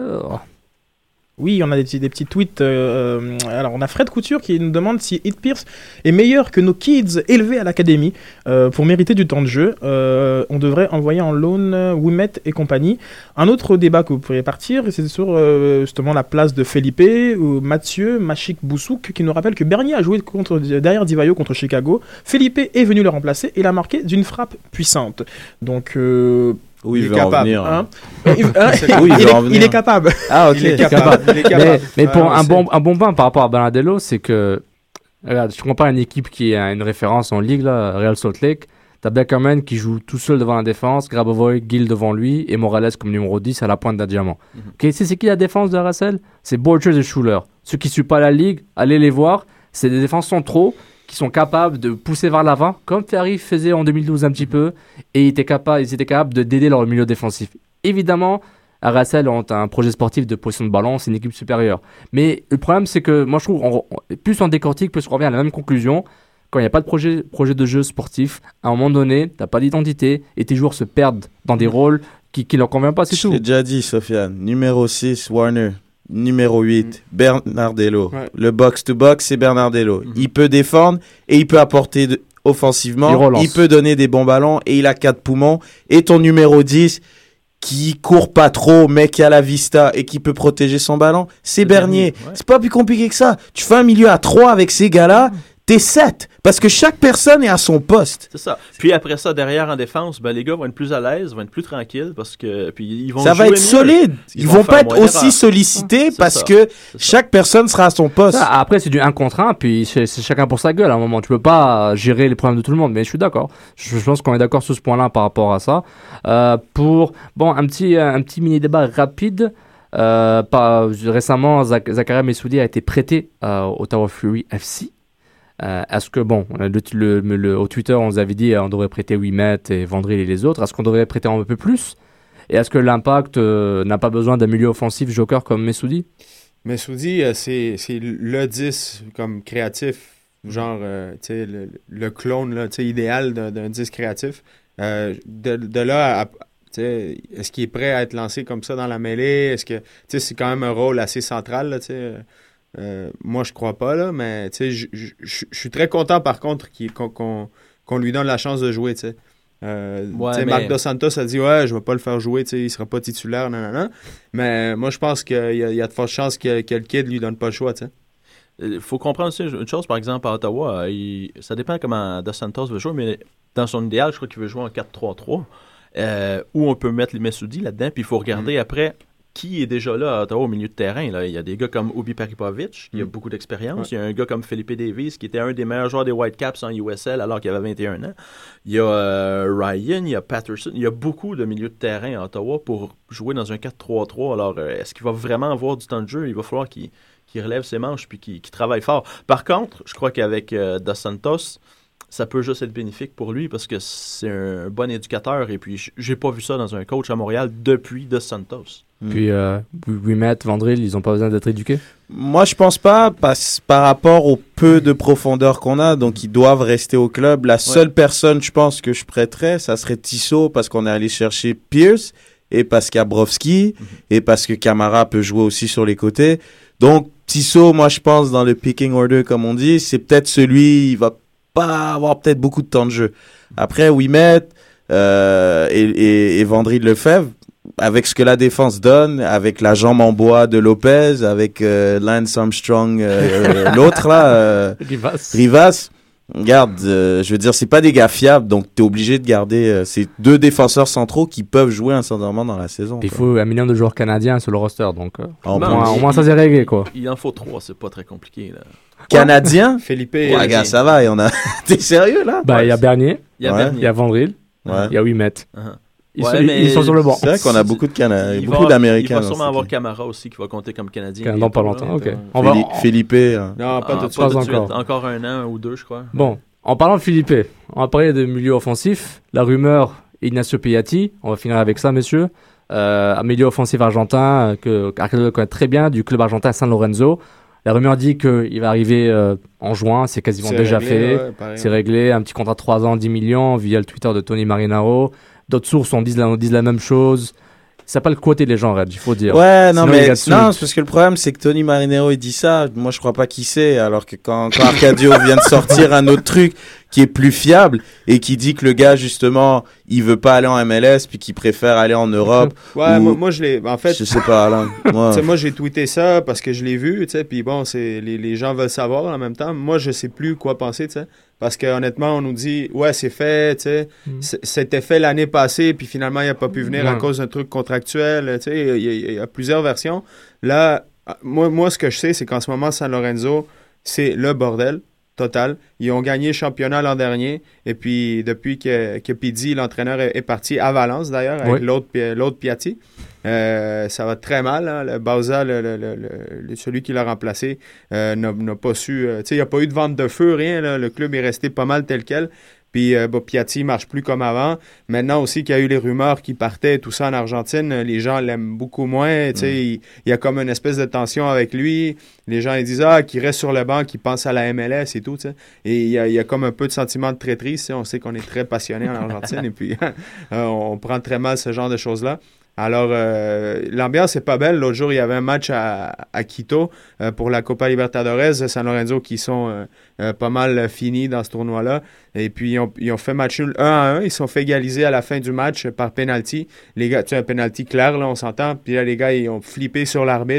Oui, on a des petits, des petits tweets. euh, alors, on a Fred Couture qui nous demande si Ed Pierce est meilleur que nos kids élevés à l'académie euh, pour mériter du temps de jeu. Euh, on devrait envoyer en loan euh, Ouimet et compagnie. Un autre débat que vous pourriez partir, c'est sur euh, justement la place de Felipe ou Mathieu Machik Boussouk qui nous rappelle que Bernier a joué contre, derrière Divayo contre Chicago. Felipe est venu le remplacer et l'a marqué d'une frappe puissante. Donc. Euh, Oui, il, Il est veut en capable, venir. hein. Euh, il, hein, Oui, il il veut est- en venir. il est capable. Ah, ok. Il est capable. Il est capable. Mais, mais pour Ouais, un, c'est- bon, un bon point par rapport à Bernardello, c'est que, regarde, je compare une équipe qui a une référence en ligue, là, Real Salt Lake. T'as Beckerman qui joue tout seul devant la défense, Grabovoy, Gill devant lui et Morales comme numéro dix à la pointe d'un diamant. Mm-hmm. Ok, c'est, c'est qui la défense de Russell? C'est Borchers et Schuller. Ceux qui ne suivent pas la ligue, allez les voir. C'est des défenses centraux qui sont capables de pousser vers l'avant, comme Ferry faisait en deux mille douze un petit peu, et ils étaient capables, ils étaient capables de d'aider leur milieu défensif. Évidemment, à Russell ont un projet sportif de position de ballon, c'est une équipe supérieure. Mais le problème, c'est que moi, je trouve, on, on- plus on décortique, plus on revient à la même conclusion. Quand il n'y a pas de projet, projet de jeu sportif, à un moment donné, tu n'as pas d'identité et tes joueurs se perdent dans des rôles qui ne leur conviennent pas, c'est Je tout. l'ai déjà dit, Sofiane. Numéro six, Warner. Numéro huit, Bernardello. Ouais. Le box-to-box, c'est Bernardello. Il peut défendre et il peut apporter de- Il offensivement. relance. Il peut donner des bons ballons et il a quatre poumons. Et ton numéro dix, qui court pas trop, mais qui a la vista et qui peut protéger son ballon, c'est Bernier. Bernier, ouais. C'est pas plus compliqué que ça. Tu fais un milieu à trois avec ces gars-là, t'es sept. Parce que chaque personne est à son poste. C'est ça. Puis après ça, derrière en défense, ben, les gars vont être plus à l'aise, vont être plus tranquilles parce que puis ils vont Ça va jouer être mieux. solide. Ils, Ils vont, vont pas être aussi erreur. sollicités C'est parce ça. que C'est chaque personne sera à son poste. Ça, après, c'est du un contre un, puis c'est, c'est chacun pour sa gueule à un moment. Tu peux pas gérer les problèmes de tout le monde, mais je suis d'accord. Je, je pense qu'on est d'accord sur ce point-là par rapport à ça. Euh, pour, bon, un petit, un petit mini-débat rapide. Euh, pas, récemment, Zach, Zakaria Messoudi a été prêté euh, au Ottawa Fury F C. Euh, est-ce que, bon, le, le, le, le, au Twitter, on nous avait dit on devrait prêter Ouimet et Vandril et les autres. Est-ce qu'on devrait prêter un peu plus? Et est-ce que l'Impact euh, n'a pas besoin d'un milieu offensif joker comme Messoudi? Messoudi, euh, c'est, c'est le dix comme créatif, genre, euh, tu sais, le, le clone, là, tu sais, idéal d'un, d'un dix créatif. Euh, de, de là à, tu sais, est-ce qu'il est prêt à être lancé comme ça dans la mêlée? Est-ce que, tu sais, c'est quand même un rôle assez central, là, tu sais. Euh, moi, je crois pas, là, mais, tu sais, je, je, je, je suis très content, par contre, qu'il, qu'on, qu'on, qu'on lui donne la chance de jouer, tu sais. Euh, Ouais, tu sais, mais- Marc Dos Santos a dit ouais, je vais pas le faire jouer, tu sais, il sera pas titulaire, non, non, non. Mais moi, je pense qu'il y a, il y a de fortes chances que, que le kid lui donne pas le choix, tu sais. Il faut comprendre aussi une chose, par exemple, à Ottawa, euh, il- ça dépend comment Dos Santos veut jouer, mais dans son idéal, je crois qu'il veut jouer en quatre trois trois, euh, où on peut mettre les Messoudi là-dedans, puis il faut regarder Mm. après qui est déjà là à Ottawa au milieu de terrain. Là. Il y a des gars comme Obi Paripovic, qui a Mm. beaucoup d'expérience. Ouais. Il y a un gars comme Felipe Davis, qui était un des meilleurs joueurs des Whitecaps en U S L alors qu'il avait vingt et un ans. Il y a euh, Ryan, il y a Patterson. Il y a beaucoup de milieux de terrain à Ottawa pour jouer dans un quatre trois trois. Alors, euh, est-ce qu'il va vraiment avoir du temps de jeu? Il va falloir qu'il qu'il relève ses manches puis qu'il qu'il travaille fort. Par contre, je crois qu'avec euh, Dos Santos, ça peut juste être bénéfique pour lui parce que c'est un bon éducateur et puis j- j'ai pas vu ça dans un coach à Montréal depuis Dos Santos. Puis euh, Ouimet, Vandril, ils ont pas besoin d'être éduqués? Moi, je pense pas, parce, par rapport au peu de profondeur qu'on a, donc ils doivent rester au club. La seule personne, je pense, que je prêterais, ça serait Tissot, parce qu'on est allé chercher Pierce, et parce qu'Abrowski, et parce que Camara peut jouer aussi sur les côtés. Donc, Tissot, moi, je pense, dans le picking order, comme on dit, c'est peut-être celui, il va pas avoir peut-être beaucoup de temps de jeu. Après, Ouimet euh, et, et, et Vandril Lefebvre, avec ce que la défense donne, avec la jambe en bois de Lopez, avec euh, Lance Armstrong, euh, euh, l'autre là, euh, Rivas. Rivas. Regarde, euh, je veux dire, c'est pas des gars fiables, donc t'es obligé de garder euh, ces deux défenseurs centraux qui peuvent jouer un certain moment dans la saison. Il quoi. faut un million de joueurs canadiens sur le roster, donc euh, En au, plus. moins, au moins ça c'est réglé, quoi. Il en faut trois, c'est pas très compliqué. Là. Canadiens? Felipe, Ouais, euh, gars, ça va, il y en a. T'es sérieux là? Bah, il y a Bernier, Il y a Ouais. Bernier. il y a Vandril, Ouais. il y a Ouimet. Uh-huh. Ils, Ouais, sont, mais ils sont sur le banc. C'est vrai qu'on a beaucoup de Cana- Il va beaucoup avoir- d'Américains. Il va dans sûrement cette avoir équipe. Camara aussi qui va compter comme Canadien. Dans bientôt, pas là. longtemps, ok. Euh, On va, Fili- on- Felipe. hein. Non, pas Ah, tout de suite. pas Pas tout de suite. encore. Encore un an ou deux, je crois. Bon, en parlant de Philippe, on va parler de milieu offensif. La rumeur Ignacio Piatti, on va finir avec ça, messieurs. Euh, un milieu offensif argentin euh, que Arcado connaît très bien, du club argentin San Lorenzo. La rumeur dit qu'il va arriver euh, en juin, c'est quasiment C'est déjà réglé, fait. ouais, pareil. C'est réglé, un petit contrat de trois ans, dix millions, via le Twitter de Tony Marinaro. D'autres sources on disent, la, on disent la même chose. Ça pas le quoter les gens, Red, il faut dire. Ouais, non, Sinon, il mais y a dessus. non, c'est parce que le problème, c'est que Tony Marinero, il dit ça. Moi, je crois pas qu'il sait. Alors que quand, quand Arcadio vient de sortir un autre truc qui est plus fiable et qui dit que le gars, justement, il veut pas aller en M L S puis qu'il préfère aller en Europe. Ouais, ou- moi, moi, je l'ai. En fait, Je sais pas, là. Moi, tu sais, moi, j'ai tweeté ça parce que je l'ai vu, tu sais, puis bon, c'est, les, les gens veulent savoir en même temps. Moi, je sais plus quoi penser, tu sais, parce que honnêtement, on nous dit, ouais, c'est fait, tu sais, Mm. c- c'était fait l'année passée, puis finalement, il a pas pu venir à Ouais. cause d'un truc contractuel, tu sais, il y, a- il y a- il y a plusieurs versions. Là, moi, moi, ce que je sais, c'est qu'en ce moment, San Lorenzo, c'est le bordel total. Ils ont gagné le championnat l'an dernier, et puis depuis que, que Pidi, l'entraîneur, est, est parti à Valence, d'ailleurs, avec Oui. l'autre, Pi- l'autre Piatti. Euh, ça va très mal. Hein. Le Bauza, le, le- le- le- celui qui l'a remplacé, euh, n'a, n'a pas su. euh, tu sais, il n'y a pas eu de vente de feu, rien. Là. Le club est resté pas mal tel quel. Puis euh, bah, Piatti marche plus comme avant. Maintenant aussi qu'il y a eu les rumeurs qui partaient, tout ça en Argentine, les gens l'aiment beaucoup moins. Tu sais, il, il y a comme une espèce de tension avec lui. Les gens ils disent ah qu'il reste sur le banc, qu'il pense à la M L S et tout. Tu sais. Et il y, a, il y a comme un peu de sentiment de traîtrise. Tu sais. On sait qu'on est très passionné en Argentine et puis euh, on prend très mal ce genre de choses-là. Alors, euh, l'ambiance est pas belle. L'autre jour, il y avait un match à, à Quito euh, pour la Copa Libertadores, San Lorenzo qui sont euh, euh, pas mal finis dans ce tournoi-là. Et puis, ils ont, ils ont fait match nul un à un. Ils se sont fait égaliser à la fin du match par penalty. Les gars, tu sais, un penalty clair, là, on s'entend. Puis là, les gars, ils ont flippé sur l'arbitre.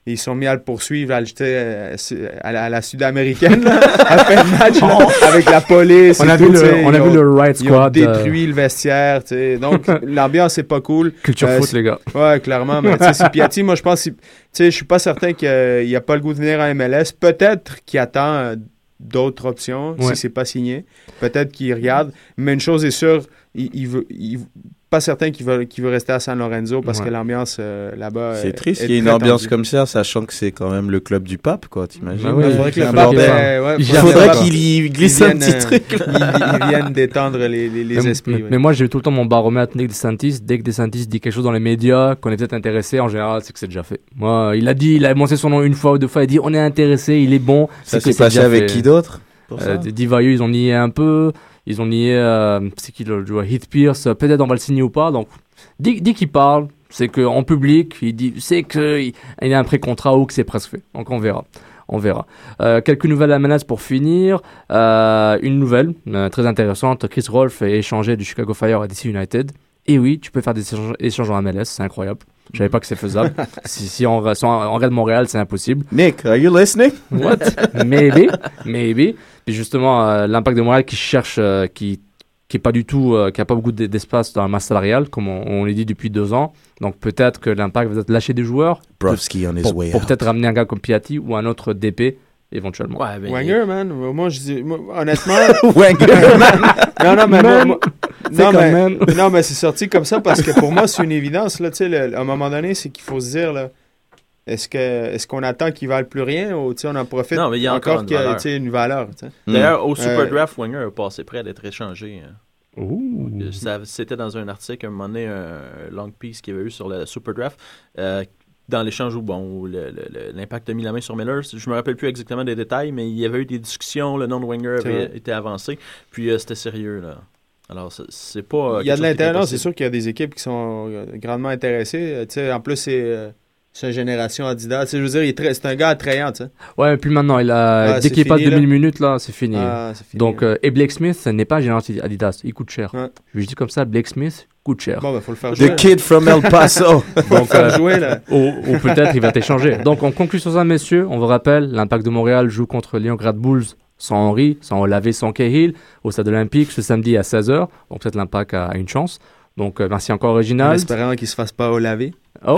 ils sont mis à le poursuivre, à le jeter euh, à, la, à la sud-américaine, là, après le match, là, avec la police. On et a tout, vu le, t'sais, on a ils vu ont- le Riot Ils ont Squad. détruit euh, le vestiaire, tu sais. Donc, l'ambiance, c'est pas cool. Culture Euh, foot, c'est- les gars. Ouais, clairement. Mais tu sais, si Piatti, moi, je pense, si- tu sais, je suis pas certain qu'il a pas le goût de venir à M L S. Peut-être qu'il attend euh, d'autres options Ouais. si c'est pas signé. Peut-être qu'il regarde. Mais une chose est sûre, il, il veut, il- pas certain qu'il veut, qu'il veut rester à San Lorenzo parce Ouais. que l'ambiance euh, là-bas. C'est est- triste est qu'il y ait une très ambiance tendue. comme ça, sachant que c'est quand même le club du pape, quoi, t'imagines? Bah oui, Il faudrait que C'est le un pape, bordel. euh, ouais, Il faudrait faudrait que le qu'il y pape- glisse qu'il un vienne, petit euh, truc. il, il vienne détendre les, les, les mais, esprits. mais- ouais. mais moi, j'ai tout le temps mon baromètre Nick DeSantis. Dès que DeSantis dit quelque chose dans les médias, qu'on est peut-être intéressé, en général, c'est que c'est déjà fait. Moi, il a dit, il a annoncé son nom une fois ou deux fois, il a dit on est intéressé, il est bon. Ça c'est que s'est c'est passé déjà avec fait. qui d'autre pour Euh, ça Divayo, ils ont nié un peu. Ils ont nié, euh, c'est qui le joueur Heath Pierce. euh, Peut-être on va le signer ou pas. Donc, dès, dès qu'il parle, c'est qu'en public, il dit, c'est qu'il il a un pré-contrat ou que c'est presque fait. Donc, on verra. On verra. Euh, quelques nouvelles à la menace pour finir. Euh, une nouvelle euh, très intéressante. Chris Rolfe est échangé du Chicago Fire à D C United. Et oui, tu peux faire des échanges, échanges en M L S, c'est incroyable. Je savais pas que c'est faisable. si, si on, si on, on regarde Montréal, c'est impossible. Nick, are you listening? What? Maybe, maybe. Puis justement, euh, l'impact de Montréal qui cherche, euh, qui qui est pas du tout, euh, qui a pas beaucoup d- d'espace dans la masse salariale, comme on, on l'a dit depuis deux ans. Donc peut-être que l'impact va peut-être lâcher des joueurs Brovski on his pour, way pour out. peut-être ramener un gars comme Piatti ou un autre D P éventuellement. Ouais, ben, Wenger, man. Moi, je dis, moi, honnêtement. Wenger, non, non, mais moi- Man. moi- C'est non, quand mais, même. non, mais c'est sorti comme ça parce que pour moi, c'est une évidence. Là, tu sais, le- à un moment donné, c'est qu'il faut se dire, là, est-ce que est-ce qu'on attend qu'il valent plus rien ou tu sais, on en profite Non, mais il y a encore une qu'il y a, valeur. tu sais, une valeur. tu sais. D'ailleurs, au Euh, Super Draft, Wenger a passé près d'être échangé. hein. Ouh. Euh, ça- C'était dans un article, à un moment donné, un long piece qu'il y avait eu sur le Super Draft. euh, dans l'échange où, bon, où le- le- le- l'impact a mis la main sur Miller. Je me rappelle plus exactement des détails, mais il y avait eu des discussions, le nom de Wenger C'est avait vrai. été avancé, puis euh, c'était sérieux, là. Alors, c'est- c'est pas... euh, Il y a quelque de chose qui est l'intérêt, non, c'est impossible. sûr qu'il y a des équipes qui sont euh, grandement intéressées. Euh, tu sais, en plus, c'est euh, c'est une génération Adidas. Tu sais, je veux dire, il est très- c'est un gars attrayant. Tu sais. Ouais, mais puis maintenant, il a, Ah, dès c'est qu'il passe fini, deux mille là. minutes, là, c'est fini. Ah, c'est fini, Donc, hein. euh, et Blake Smith, ce n'est pas un général Adidas. Il coûte cher. Ouais. Je lui dis comme ça, Blake Smith coûte cher. Bon, ben, faut le faire jouer. The kid from El Paso. Donc, faire euh, jouer, là. ou, ou peut-être il va t'échanger. Donc, on conclut sur ça, messieurs. On vous rappelle, l'Impact de Montréal joue contre Leningrad Bulls sans Henry, sans Olavé, sans Cahill, au Stade Olympique ce samedi à seize heures. Donc, peut-être l'Impact a, a une chance. Donc, euh, merci encore, En Original. espérant qu'il se fasse pas au laver.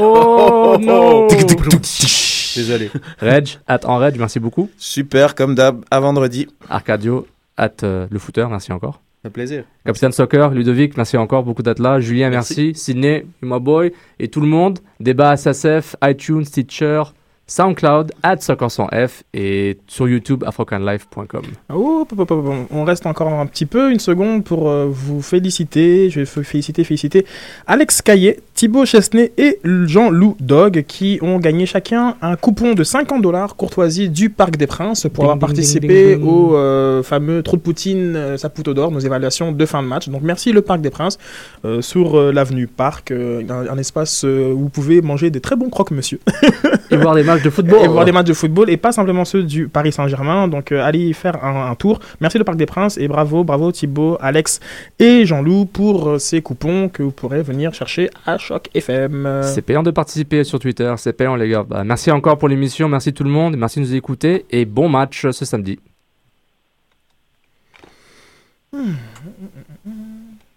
Oh non! Désolé. Reg, at en Reg, merci beaucoup. Super, comme d'hab, à vendredi. Arcadio, at euh, le footer, merci encore. Ça fait plaisir. Capitaine Soccer, Ludovic, merci encore beaucoup d'être là. Julien, merci. Sidney, my boy. Et tout le monde. Débat S S F, iTunes, Stitcher, SoundCloud, at Soccer sans F et sur YouTube, afrocanlife point com. Oh, pop, pop, pop, pop. On reste encore un petit peu, une seconde pour euh, vous féliciter. Je vais f- féliciter, féliciter Alex Caillet, Thibaut Chesnay et Jean-Loup Dog qui ont gagné chacun un coupon de cinquante dollars courtoisie du Parc des Princes pour avoir ding, participé ding, ding. au euh, fameux Trou de Poutine, euh, Saputo d'or, nos évaluations de fin de match. Donc merci le Parc des Princes euh, sur euh, l'avenue Parc, euh, un, un espace euh, où vous pouvez manger des très bons croque-monsieur. Et voir des matchs de football. Et voir des matchs de football et pas simplement ceux du Paris Saint-Germain. Donc euh, allez y faire un, un tour. Merci le Parc des Princes et bravo, bravo Thibaut, Alex et Jean-Loup pour euh, ces coupons que vous pourrez venir chercher à Choc F M. Euh, C'est payant de participer sur Twitter, c'est payant les gars. Bah, merci encore pour l'émission, merci tout le monde, merci de nous écouter et bon match ce samedi. Hmm.